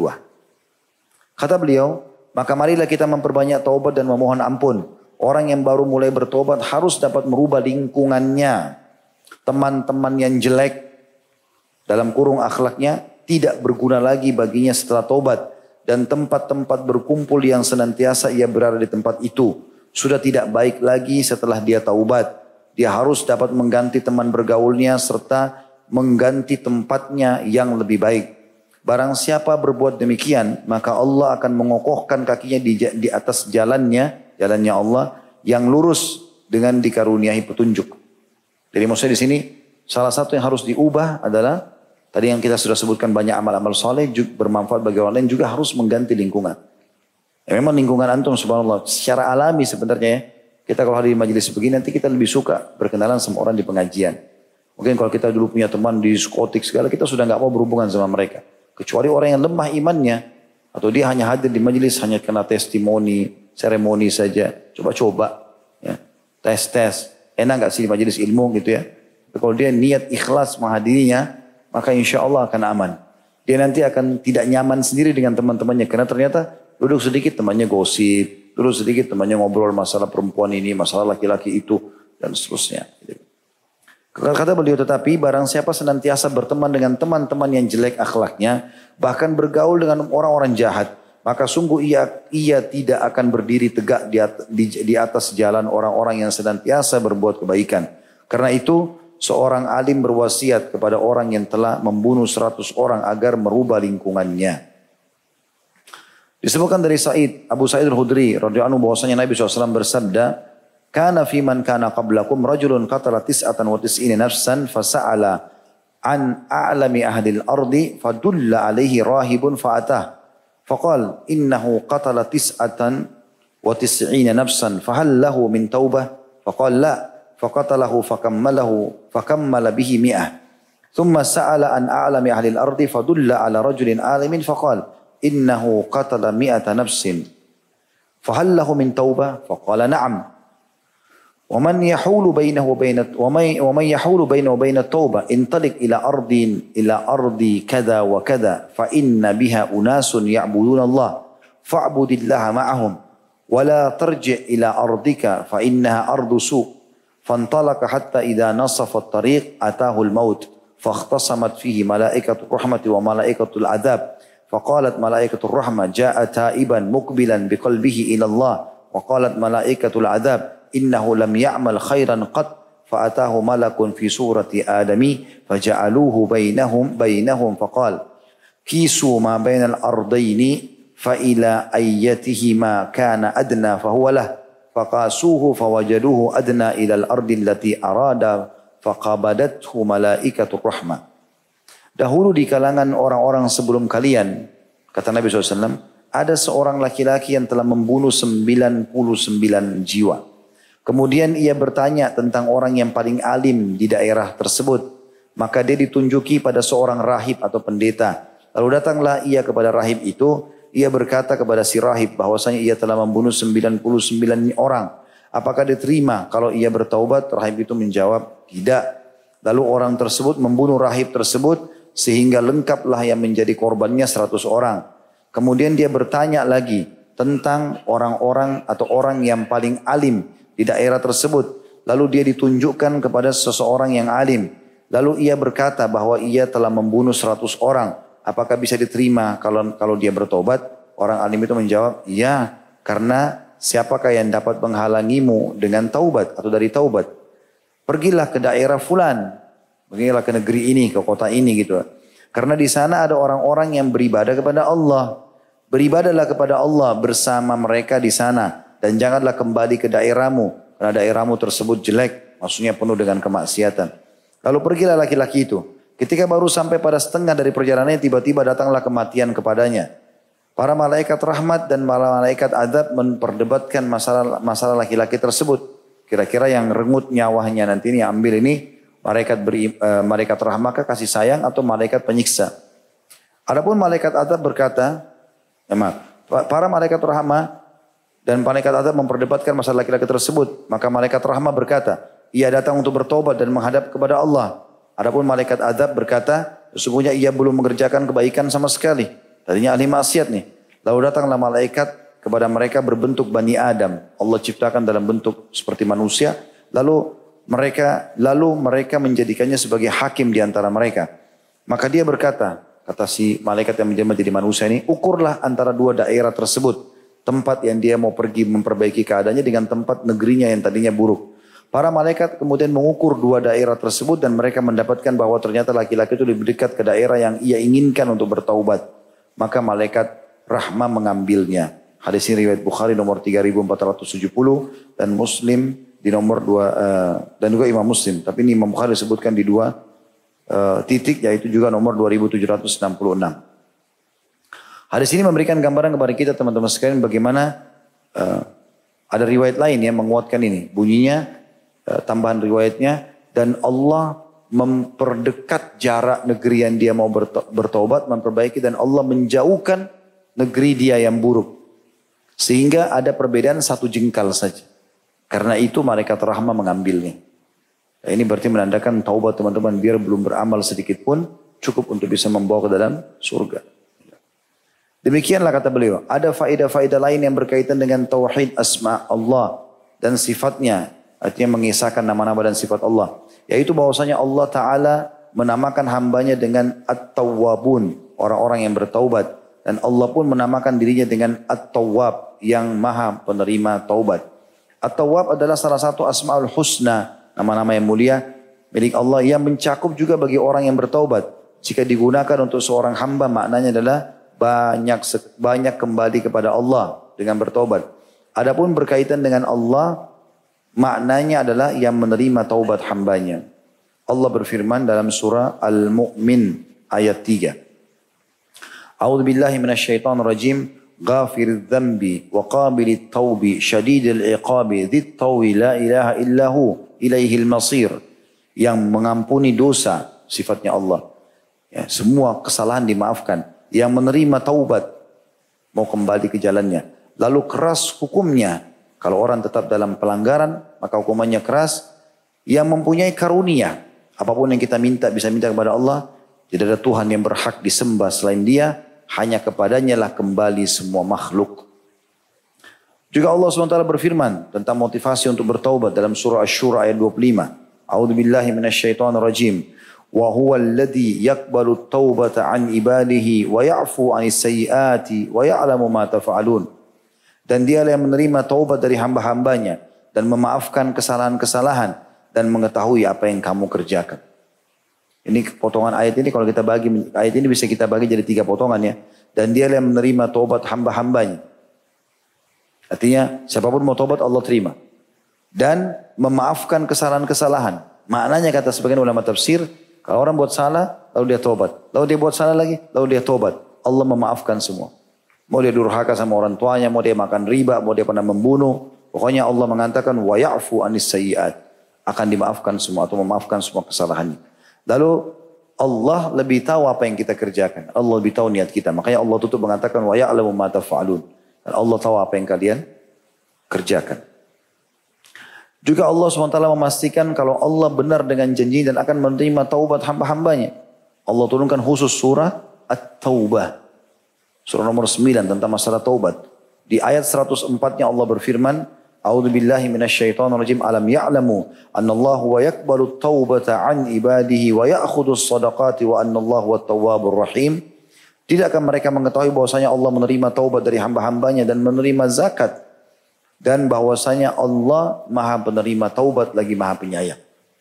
Kata beliau, maka marilah kita memperbanyak taubat dan memohon ampun. Orang yang baru mulai bertobat harus dapat merubah lingkungannya. Teman-teman yang jelek dalam kurung akhlaknya tidak berguna lagi baginya setelah taubat. Dan tempat-tempat berkumpul yang senantiasa ia berada di tempat itu sudah tidak baik lagi setelah dia taubat. Dia harus dapat mengganti teman bergaulnya serta mengganti tempatnya yang lebih baik. Barang siapa berbuat demikian, maka Allah akan mengokohkan kakinya di atas jalannya Allah yang lurus dengan dikaruniai petunjuk. Jadi maksudnya di sini salah satu yang harus diubah adalah tadi yang kita sudah sebutkan banyak amal-amal soleh bermanfaat bagi orang lain juga harus mengganti lingkungan. Ya, memang lingkungan antum subhanallah secara alami sebenarnya ya, kita kalau hadir di majelis begini nanti kita lebih suka berkenalan sama orang di pengajian. Mungkin kalau kita dulu punya teman di diskotik segala, kita sudah nggak mau berhubungan sama mereka. Kecuali orang yang lemah imannya. Atau dia hanya hadir di majelis, hanya kena testimoni, seremoni saja. Coba-coba. Ya. Tes-tes. Enak nggak sih di majelis ilmu gitu ya. Tapi kalau dia niat ikhlas menghadirinya, maka insya Allah akan aman. Dia nanti akan tidak nyaman sendiri dengan teman-temannya. Karena ternyata duduk sedikit temannya gosip. Duduk sedikit temannya ngobrol masalah perempuan ini, masalah laki-laki itu, dan seterusnya. Kata beliau, tetapi barang siapa senantiasa berteman dengan teman-teman yang jelek akhlaknya, bahkan bergaul dengan orang-orang jahat, maka sungguh ia tidak akan berdiri tegak di atas jalan orang-orang yang senantiasa berbuat kebaikan. Karena itu, seorang alim berwasiat kepada orang yang telah membunuh 100 orang agar merubah lingkungannya. Disebutkan dari Abu Sa'id al-Khudri radhiyallahu anhu bahwasanya Nabi SAW bersabda, Kana fi man kana qablakum rajulun qatala 99 nafsan fasa'ala an a'lami ahli al-ardi fadulla alaihi rahibun fa'atah faqal innahu qatala 99 nafsan fahal lahu min taubah faqal la faqatalahu fakammala bihi mi'ah thumma sa'ala an a'lami ahli al-ardi fadulla ala rajulin alimin faqal innahu qatala 100 nafsin fahal lahu min taubah faqala na'am ومن يحول بينه وبين التوبة انطلق إلى أرض كذا وكذا فإن بها أناس يعبدون الله فاعبد الله معهم ولا ترجع إلى أرضك فإنها أرض سوء فانطلق حتى إذا نصف الطريق أتاه الموت فاختصمت فيه ملائكة الرحمة وملائكة العذاب فقالت ملائكة الرحمة جاء تائبا مقبلا بقلبه إلى الله وقالت ملائكة العذاب إنه لم يعمل خيرا قط فأتاه ملك في صورة آدمي فجعلوه بينهم فقال كيسوا ما بين الأرضين فإلى أيتهما كان أدنى فهو له فقاسوه فوجدوه أدنى إلى الأرض التي أراد faqabadathu malaikatur rahmah. Dahulu di kalangan orang-orang sebelum kalian, kata Nabi SAW, ada seorang laki-laki yang telah membunuh 99 jiwa. Kemudian ia bertanya tentang orang yang paling alim di daerah tersebut. Maka dia ditunjuki pada seorang rahib atau pendeta. Lalu datanglah ia kepada rahib itu. Ia berkata kepada si rahib bahwasanya ia telah membunuh 99 orang. Apakah diterima kalau ia bertaubat? Rahib itu menjawab, tidak. Lalu orang tersebut membunuh rahib tersebut sehingga lengkaplah yang menjadi korbannya 100 orang. Kemudian dia bertanya lagi tentang orang-orang atau orang yang paling alim di daerah tersebut. Lalu dia ditunjukkan kepada seseorang yang alim. Lalu ia berkata bahwa ia telah membunuh 100 orang. Apakah bisa diterima kalau dia bertobat? Orang alim itu menjawab, ya, karena siapakah yang dapat menghalangimu dengan taubat atau dari taubat? Pergilah ke daerah fulan. Pergilah ke negeri ini, ke kota ini gitu. Karena di sana ada orang-orang yang beribadah kepada Allah. Beribadahlah kepada Allah bersama mereka di sana. Dan janganlah kembali ke daerahmu. Karena daerahmu tersebut jelek. Maksudnya penuh dengan kemaksiatan. Lalu pergilah laki-laki itu. Ketika baru sampai pada setengah dari perjalanannya, tiba-tiba datanglah kematian kepadanya. Para malaikat rahmat dan para malaikat adab memperdebatkan masalah laki-laki tersebut. Kira-kira yang rengut nyawanya nanti ini yang ambil ini malaikat rahmat kasih sayang atau malaikat penyiksa. Adapun malaikat adab berkata, para malaikat rahmat dan malaikat adab memperdebatkan masalah laki-laki tersebut. Maka malaikat rahmat berkata, ia datang untuk bertobat dan menghadap kepada Allah. Adapun malaikat adab berkata, sesungguhnya ia belum mengerjakan kebaikan sama sekali. Tadinya ahli maksiat nih. Lalu datanglah malaikat kepada mereka berbentuk Bani Adam. Allah ciptakan dalam bentuk seperti manusia. Lalu mereka menjadikannya sebagai hakim di antara mereka. Maka dia berkata, kata si malaikat yang menjadi manusia ini, ukurlah antara dua daerah tersebut. Tempat yang dia mau pergi memperbaiki keadaannya dengan tempat negerinya yang tadinya buruk. Para malaikat kemudian mengukur dua daerah tersebut dan mereka mendapatkan bahwa ternyata laki-laki itu lebih dekat ke daerah yang ia inginkan untuk bertaubat. Maka malaikat rahmah mengambilnya. Hadis ini riwayat Bukhari nomor 3470 dan Muslim di nomor 2 dan juga Imam Muslim. Tapi ini Imam Bukhari disebutkan di 2 titik yaitu juga nomor 2766. Hadis ini memberikan gambaran kepada kita teman-teman sekalian bagaimana ada riwayat lain yang menguatkan ini. Bunyinya tambahan riwayatnya dan Allah memperdekat jarak negeri yang dia mau bertobat, memperbaiki dan Allah menjauhkan negeri dia yang buruk. Sehingga ada perbedaan 1 jengkal saja. Karena itu malaikat rahmah mengambilnya. Nah, ini berarti menandakan taubat teman-teman biar belum beramal sedikit pun cukup untuk bisa membawa ke dalam surga. Demikianlah kata beliau, ada faedah-faedah lain yang berkaitan dengan tauhid asma Allah dan sifatnya, artinya mengisahkan nama-nama dan sifat Allah, yaitu bahwasanya Allah Ta'ala menamakan hambanya dengan At-Tawwabun, orang-orang yang bertaubat, dan Allah pun menamakan dirinya dengan At-Tawwab, yang maha penerima taubat. At-Tawwab adalah salah satu asma'ul husna, nama-nama yang mulia milik Allah yang mencakup juga bagi orang yang bertaubat. Jika digunakan untuk seorang hamba maknanya adalah banyak kembali kepada Allah dengan bertobat. Adapun berkaitan dengan Allah, maknanya adalah yang menerima taubat hambanya. Allah berfirman dalam surah Al-Mu'min ayat 3. A'udzu billahi minasyaitonir rajim. Ghafiriz dzambi wa qabilit taubi syadidil iqabi dzit tawi la ilaha illahu ilaihil masir. Yang mengampuni dosa, sifatnya Allah. Ya, semua kesalahan dimaafkan. Yang menerima taubat, mau kembali ke jalannya. Lalu keras hukumnya. Kalau orang tetap dalam pelanggaran, maka hukumannya keras. Yang mempunyai karunia. Apapun yang kita minta, bisa minta kepada Allah. Tidak ada Tuhan yang berhak disembah selain Dia. Hanya kepadanya lah kembali semua makhluk. Juga Allah SWT berfirman tentang motivasi untuk bertaubat dalam surah Asy-Syura ayat 25. A'udzubillahi minasyaitonirrajim. Wa huwa alladhi yaqbalu at-taubata 'an ibadihi wa ya'fu 'anis sayyiati wa ya'lamu ma taf'alun. Dan dialah yang menerima taubat dari hamba-hambanya dan memaafkan kesalahan-kesalahan dan mengetahui apa yang kamu kerjakan. Ini potongan ayat ini kalau kita bagi ayat ini bisa kita bagi jadi 3 potongan ya. Dan dialah yang menerima taubat hamba-hambanya. Artinya siapapun mau taubat Allah terima. Dan memaafkan kesalahan-kesalahan. Maknanya kata sebagian ulama tafsir, kalau orang buat salah, lalu dia tobat. Lalu dia buat salah lagi, lalu dia tobat. Allah memaafkan semua. Mau dia durhaka sama orang tuanya, mau dia makan riba, mau dia pernah membunuh. Pokoknya Allah mengatakan, wa ya'fu anis sayyi'at. Akan dimaafkan semua atau memaafkan semua kesalahannya. Lalu Allah lebih tahu apa yang kita kerjakan. Allah lebih tahu niat kita. Makanya Allah tutup mengatakan, wa ya'lamu ma taf'alun. Dan Allah tahu apa yang kalian kerjakan. Juga Allah SWT memastikan kalau Allah benar dengan janji dan akan menerima taubat hamba-hambanya. Allah turunkan khusus surah At-Taubah. Surah nomor 9 tentang masalah taubat. Di ayat 104-nya Allah berfirman, A'udzu billahi minasyaitonir rajim. Alam ya'lamu annallahu wa yaqbalu taubata an ibadihi wa ya'khudus shadaqati wa annallahu wat-tawwabur rahim. Tidakkah mereka mengetahui bahwasanya Allah menerima taubat dari hamba-hambanya dan menerima zakat? Dan bahwasanya Allah maha penerima taubat lagi maha penyayang.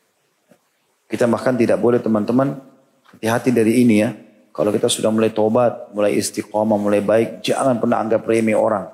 Kita bahkan tidak boleh teman-teman, hati-hati dari ini ya. Kalau kita sudah mulai taubat, mulai istiqomah, mulai baik, jangan pernah anggap remeh orang.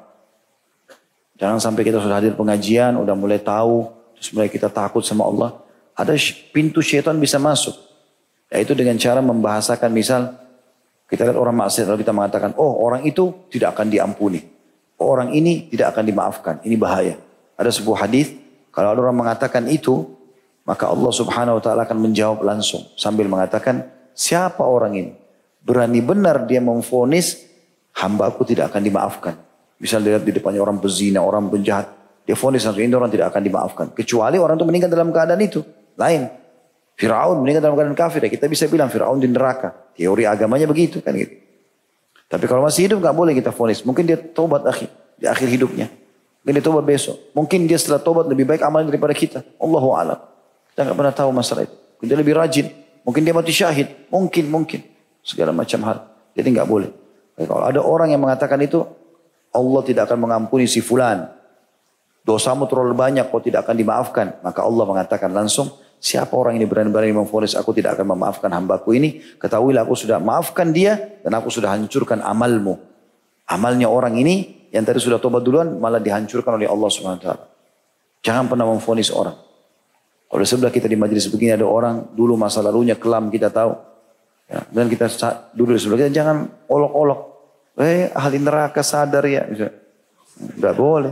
Jangan sampai kita sudah hadir pengajian, udah mulai tahu, terus mulai kita takut sama Allah. Ada pintu syaitan bisa masuk. Yaitu dengan cara membahasakan, misal kita lihat orang maksiat, lalu kita mengatakan, oh orang itu tidak akan diampuni. Orang ini tidak akan dimaafkan. Ini bahaya. Ada sebuah hadis, kalau ada orang mengatakan itu, maka Allah Subhanahu wa taala akan menjawab langsung sambil mengatakan, siapa orang ini? Berani benar dia memvonis hamba-Ku tidak akan dimaafkan. Misal dilihat di depannya orang pezina, orang penjahat, dia vonis langsung ini orang tidak akan dimaafkan. Kecuali orang itu meninggal dalam keadaan itu. Lain. Fir'aun meninggal dalam keadaan kafir. Ya kita bisa bilang Fir'aun di neraka. Teori agamanya begitu kan gitu. Tapi kalau masih hidup gak boleh kita vonis. Mungkin dia tobat di akhir hidupnya. Mungkin dia tobat besok. Mungkin dia setelah tobat lebih baik amalnya daripada kita. Allahu a'lam. Kita gak pernah tahu masalah itu. Mungkin dia lebih rajin. Mungkin dia mati syahid. Mungkin. Segala macam hal. Jadi gak boleh. Kalau ada orang yang mengatakan itu, Allah tidak akan mengampuni si fulan. Dosamu terlalu banyak kau tidak akan dimaafkan. Maka Allah mengatakan langsung, siapa orang ini berani-berani memvonis aku tidak akan memaafkan hambaku ini. Ketahuilah aku sudah maafkan dia dan aku sudah hancurkan amalmu. Amalnya orang ini yang tadi sudah tobat duluan malah dihancurkan oleh Allah SWT. Jangan pernah memvonis orang. Kalau sebelah kita di majelis begini ada orang dulu masa lalunya kelam kita tahu. Ya, dan kita duduk di sebelah kita jangan olok-olok. Ahli neraka sadar ya. Tidak boleh.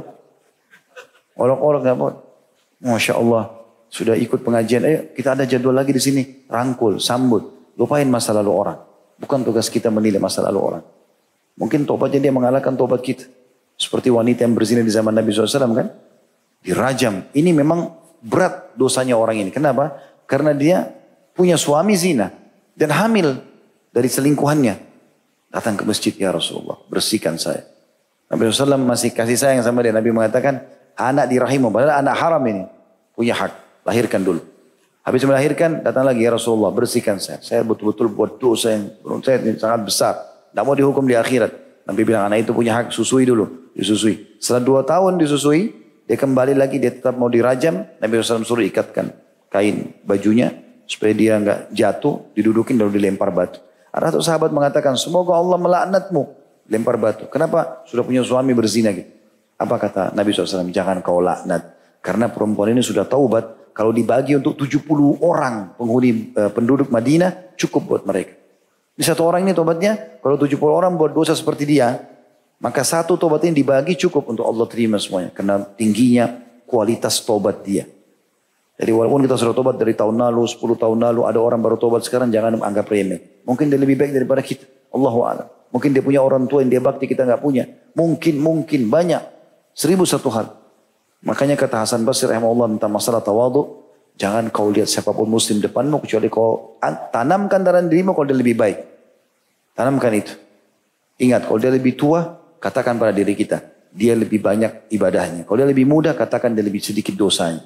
Olok-olok tidak boleh. Masya Allah. Sudah ikut pengajian, ayo kita ada jadwal lagi di sini. Rangkul, sambut. Lupain masa lalu orang. Bukan tugas kita menilai masa lalu orang. Mungkin tobatnya dia mengalahkan tobat kita. Seperti wanita yang berzina di zaman Nabi SAW kan. Dirajam. Ini memang berat dosanya orang ini. Kenapa? Karena dia punya suami zina. Dan hamil dari selingkuhannya. Datang ke masjid, ya Rasulullah. Bersihkan saya. Nabi SAW masih kasih sayang sama dia. Nabi mengatakan, anak di rahimmu. Padahal anak haram ini. Punya hak. Lahirkan dulu. Habis melahirkan, datang lagi ya Rasulullah, bersihkan saya. Saya betul-betul buat dosa yang menurut saya sangat besar. Tidak mau dihukum di akhirat. Nabi bilang anak itu punya hak, susui dulu. Disusui. Setelah 2 tahun disusui, dia kembali lagi, dia tetap mau dirajam. Nabi SAW suruh ikatkan kain bajunya, supaya dia enggak jatuh, didudukin lalu dilempar batu. Ada satu sahabat mengatakan, semoga Allah melaknatmu. Lempar batu. Kenapa? Sudah punya suami berzina gitu. Apa kata Nabi SAW? Jangan kau laknat. Karena perempuan ini sudah taubat. Kalau dibagi untuk 70 orang penghuni penduduk Madinah, cukup buat mereka. Di satu orang ini tobatnya, kalau 70 orang buat dosa seperti dia, maka satu tobat ini dibagi cukup untuk Allah terima semuanya. Karena tingginya kualitas tobat dia. Jadi walaupun kita sudah tobat dari tahun lalu, 10 tahun lalu, ada orang baru tobat sekarang, jangan anggap remeh. Mungkin dia lebih baik daripada kita. Allahu a'lam. Mungkin dia punya orang tua yang dia bakti kita nggak punya. Mungkin banyak. 1001 hal. Makanya kata Hasan Basri rahimahullah tentang masalah tawadhu, jangan kau lihat siapapun muslim depanmu kecuali kau tanamkan dalam dirimu kalau dia lebih baik. Tanamkan itu. Ingat kalau dia lebih tua, katakan pada diri kita, dia lebih banyak ibadahnya. Kalau dia lebih muda, katakan dia lebih sedikit dosanya.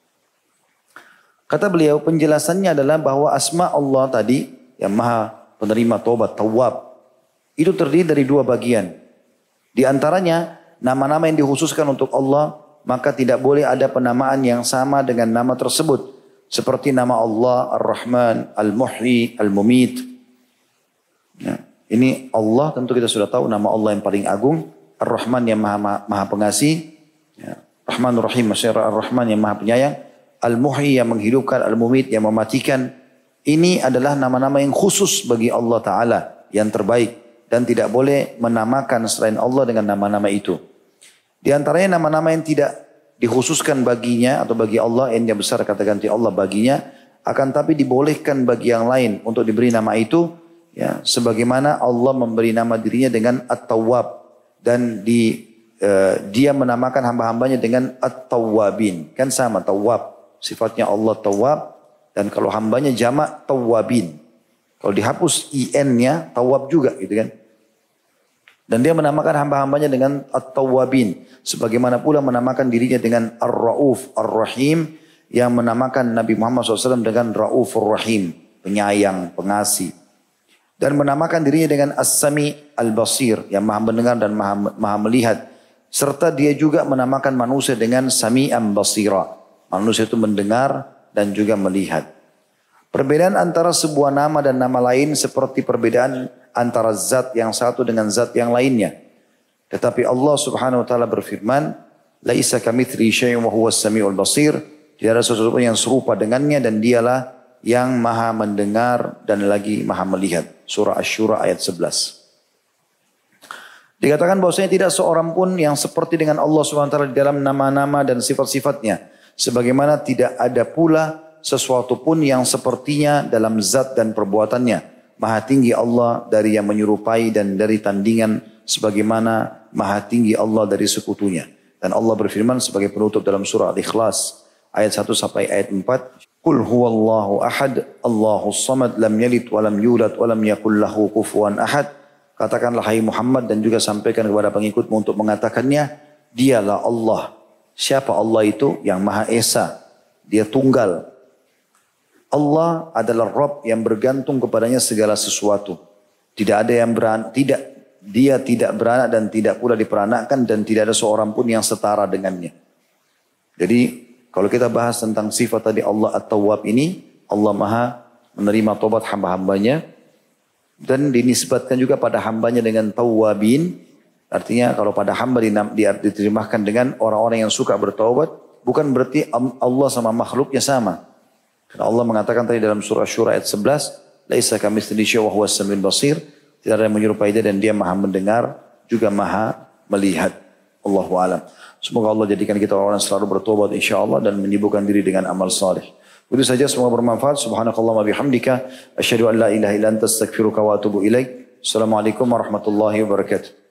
Kata beliau penjelasannya adalah bahwa asma Allah tadi yang maha penerima taubat, tawwab, itu terdiri dari 2 bagian. Di antaranya nama-nama yang dikhususkan untuk Allah, maka tidak boleh ada penamaan yang sama dengan nama tersebut. Seperti nama Allah Ar-Rahman, Al-Muhyi, Al-Mumit. Ya, ini Allah tentu kita sudah tahu nama Allah yang paling agung. Ar-Rahman yang maha pengasih. Ya, Rahmanur Rahim, maksudnya Ar-Rahman yang maha penyayang. Al-Muhyi yang menghidupkan, Al-Mumit yang mematikan. Ini adalah nama-nama yang khusus bagi Allah Ta'ala yang terbaik. Dan tidak boleh menamakan selain Allah dengan nama-nama itu. Di antaranya nama-nama yang tidak dikhususkan baginya atau bagi Allah, yang besar kata ganti Allah baginya, akan tapi dibolehkan bagi yang lain untuk diberi nama itu, ya, sebagaimana Allah memberi nama dirinya dengan At-Tawwab dan dia menamakan hamba-hambanya dengan At-Tawwabin. Kan sama, Tawwab, sifatnya Allah Tawwab, dan kalau hambanya jamak Tawwabin. Kalau dihapus in-nya, Tawwab juga gitu kan. Dan dia menamakan hamba-hambanya dengan At-Tawwabin. Sebagaimana pula menamakan dirinya dengan Ar-Ra'uf, Ar-Rahim. Yang menamakan Nabi Muhammad SAW dengan Ra'ufur Rahim. Penyayang, pengasih. Dan menamakan dirinya dengan As-Sami Al-Basir. Yang maha mendengar dan maha melihat. Serta dia juga menamakan manusia dengan Sami'an Basira. Manusia itu mendengar dan juga melihat. Perbedaan antara sebuah nama dan nama lain seperti perbedaan antara zat yang satu dengan zat yang lainnya. Tetapi Allah Subhanahu wa taala berfirman, "Laisa kamitslihi syai'un wa huwas samiul basir." Tidak ada sesuatu yang serupa dengannya dan dialah yang maha mendengar dan lagi maha melihat. Surah Asy-Syura ayat 11. Dikatakan bahwasanya tidak seorang pun yang seperti dengan Allah Subhanahu wa taala di dalam nama-nama dan sifat-sifatnya. Sebagaimana tidak ada pula sesuatu pun yang sepertinya dalam zat dan perbuatannya. Maha tinggi Allah dari yang menyerupai dan dari tandingan sebagaimana maha tinggi Allah dari sekutunya. Dan Allah berfirman sebagai penutup dalam surah Al-Ikhlas ayat 1 sampai ayat 4. Qul huwallahu ahad, Allahus samad, lam yalid wa lam yulad wa lam yakul lahu kufuwan ahad. Katakanlah hai Muhammad dan juga sampaikan kepada pengikutmu untuk mengatakannya, dialah Allah. Siapa Allah itu? Yang Maha Esa. Dia tunggal. Allah adalah Rabb yang bergantung kepadanya segala sesuatu. Tidak ada yang dia tidak beranak dan tidak pula diperanakkan dan tidak ada seorang pun yang setara dengannya. Jadi kalau kita bahas tentang sifat tadi Allah At-Tawwab ini, Allah Maha menerima tobat hamba-hambanya dan dinisbatkan juga pada hambanya dengan Tawwabin. Artinya kalau pada hamba diterjemahkan dengan orang-orang yang suka bertaubat, bukan berarti Allah sama makhluknya sama. Karena Allah mengatakan tadi dalam surah Asy-Syura ayat 11, "Laisa kamitslihi syai'un wa huwas samiul basir." Tidak ada yang menyerupai dia dan dia maha mendengar, juga maha melihat. Allahu a'lam. Semoga Allah jadikan kita orang yang selalu bertobat insyaallah dan menyibukkan diri dengan amal saleh. Itu saja, semoga bermanfaat. Subhanakallahumma bihamdika asyhadu an la ilaha illa anta astaghfiruka wa atubu ilaik. Assalamualaikum warahmatullahi wabarakatuh.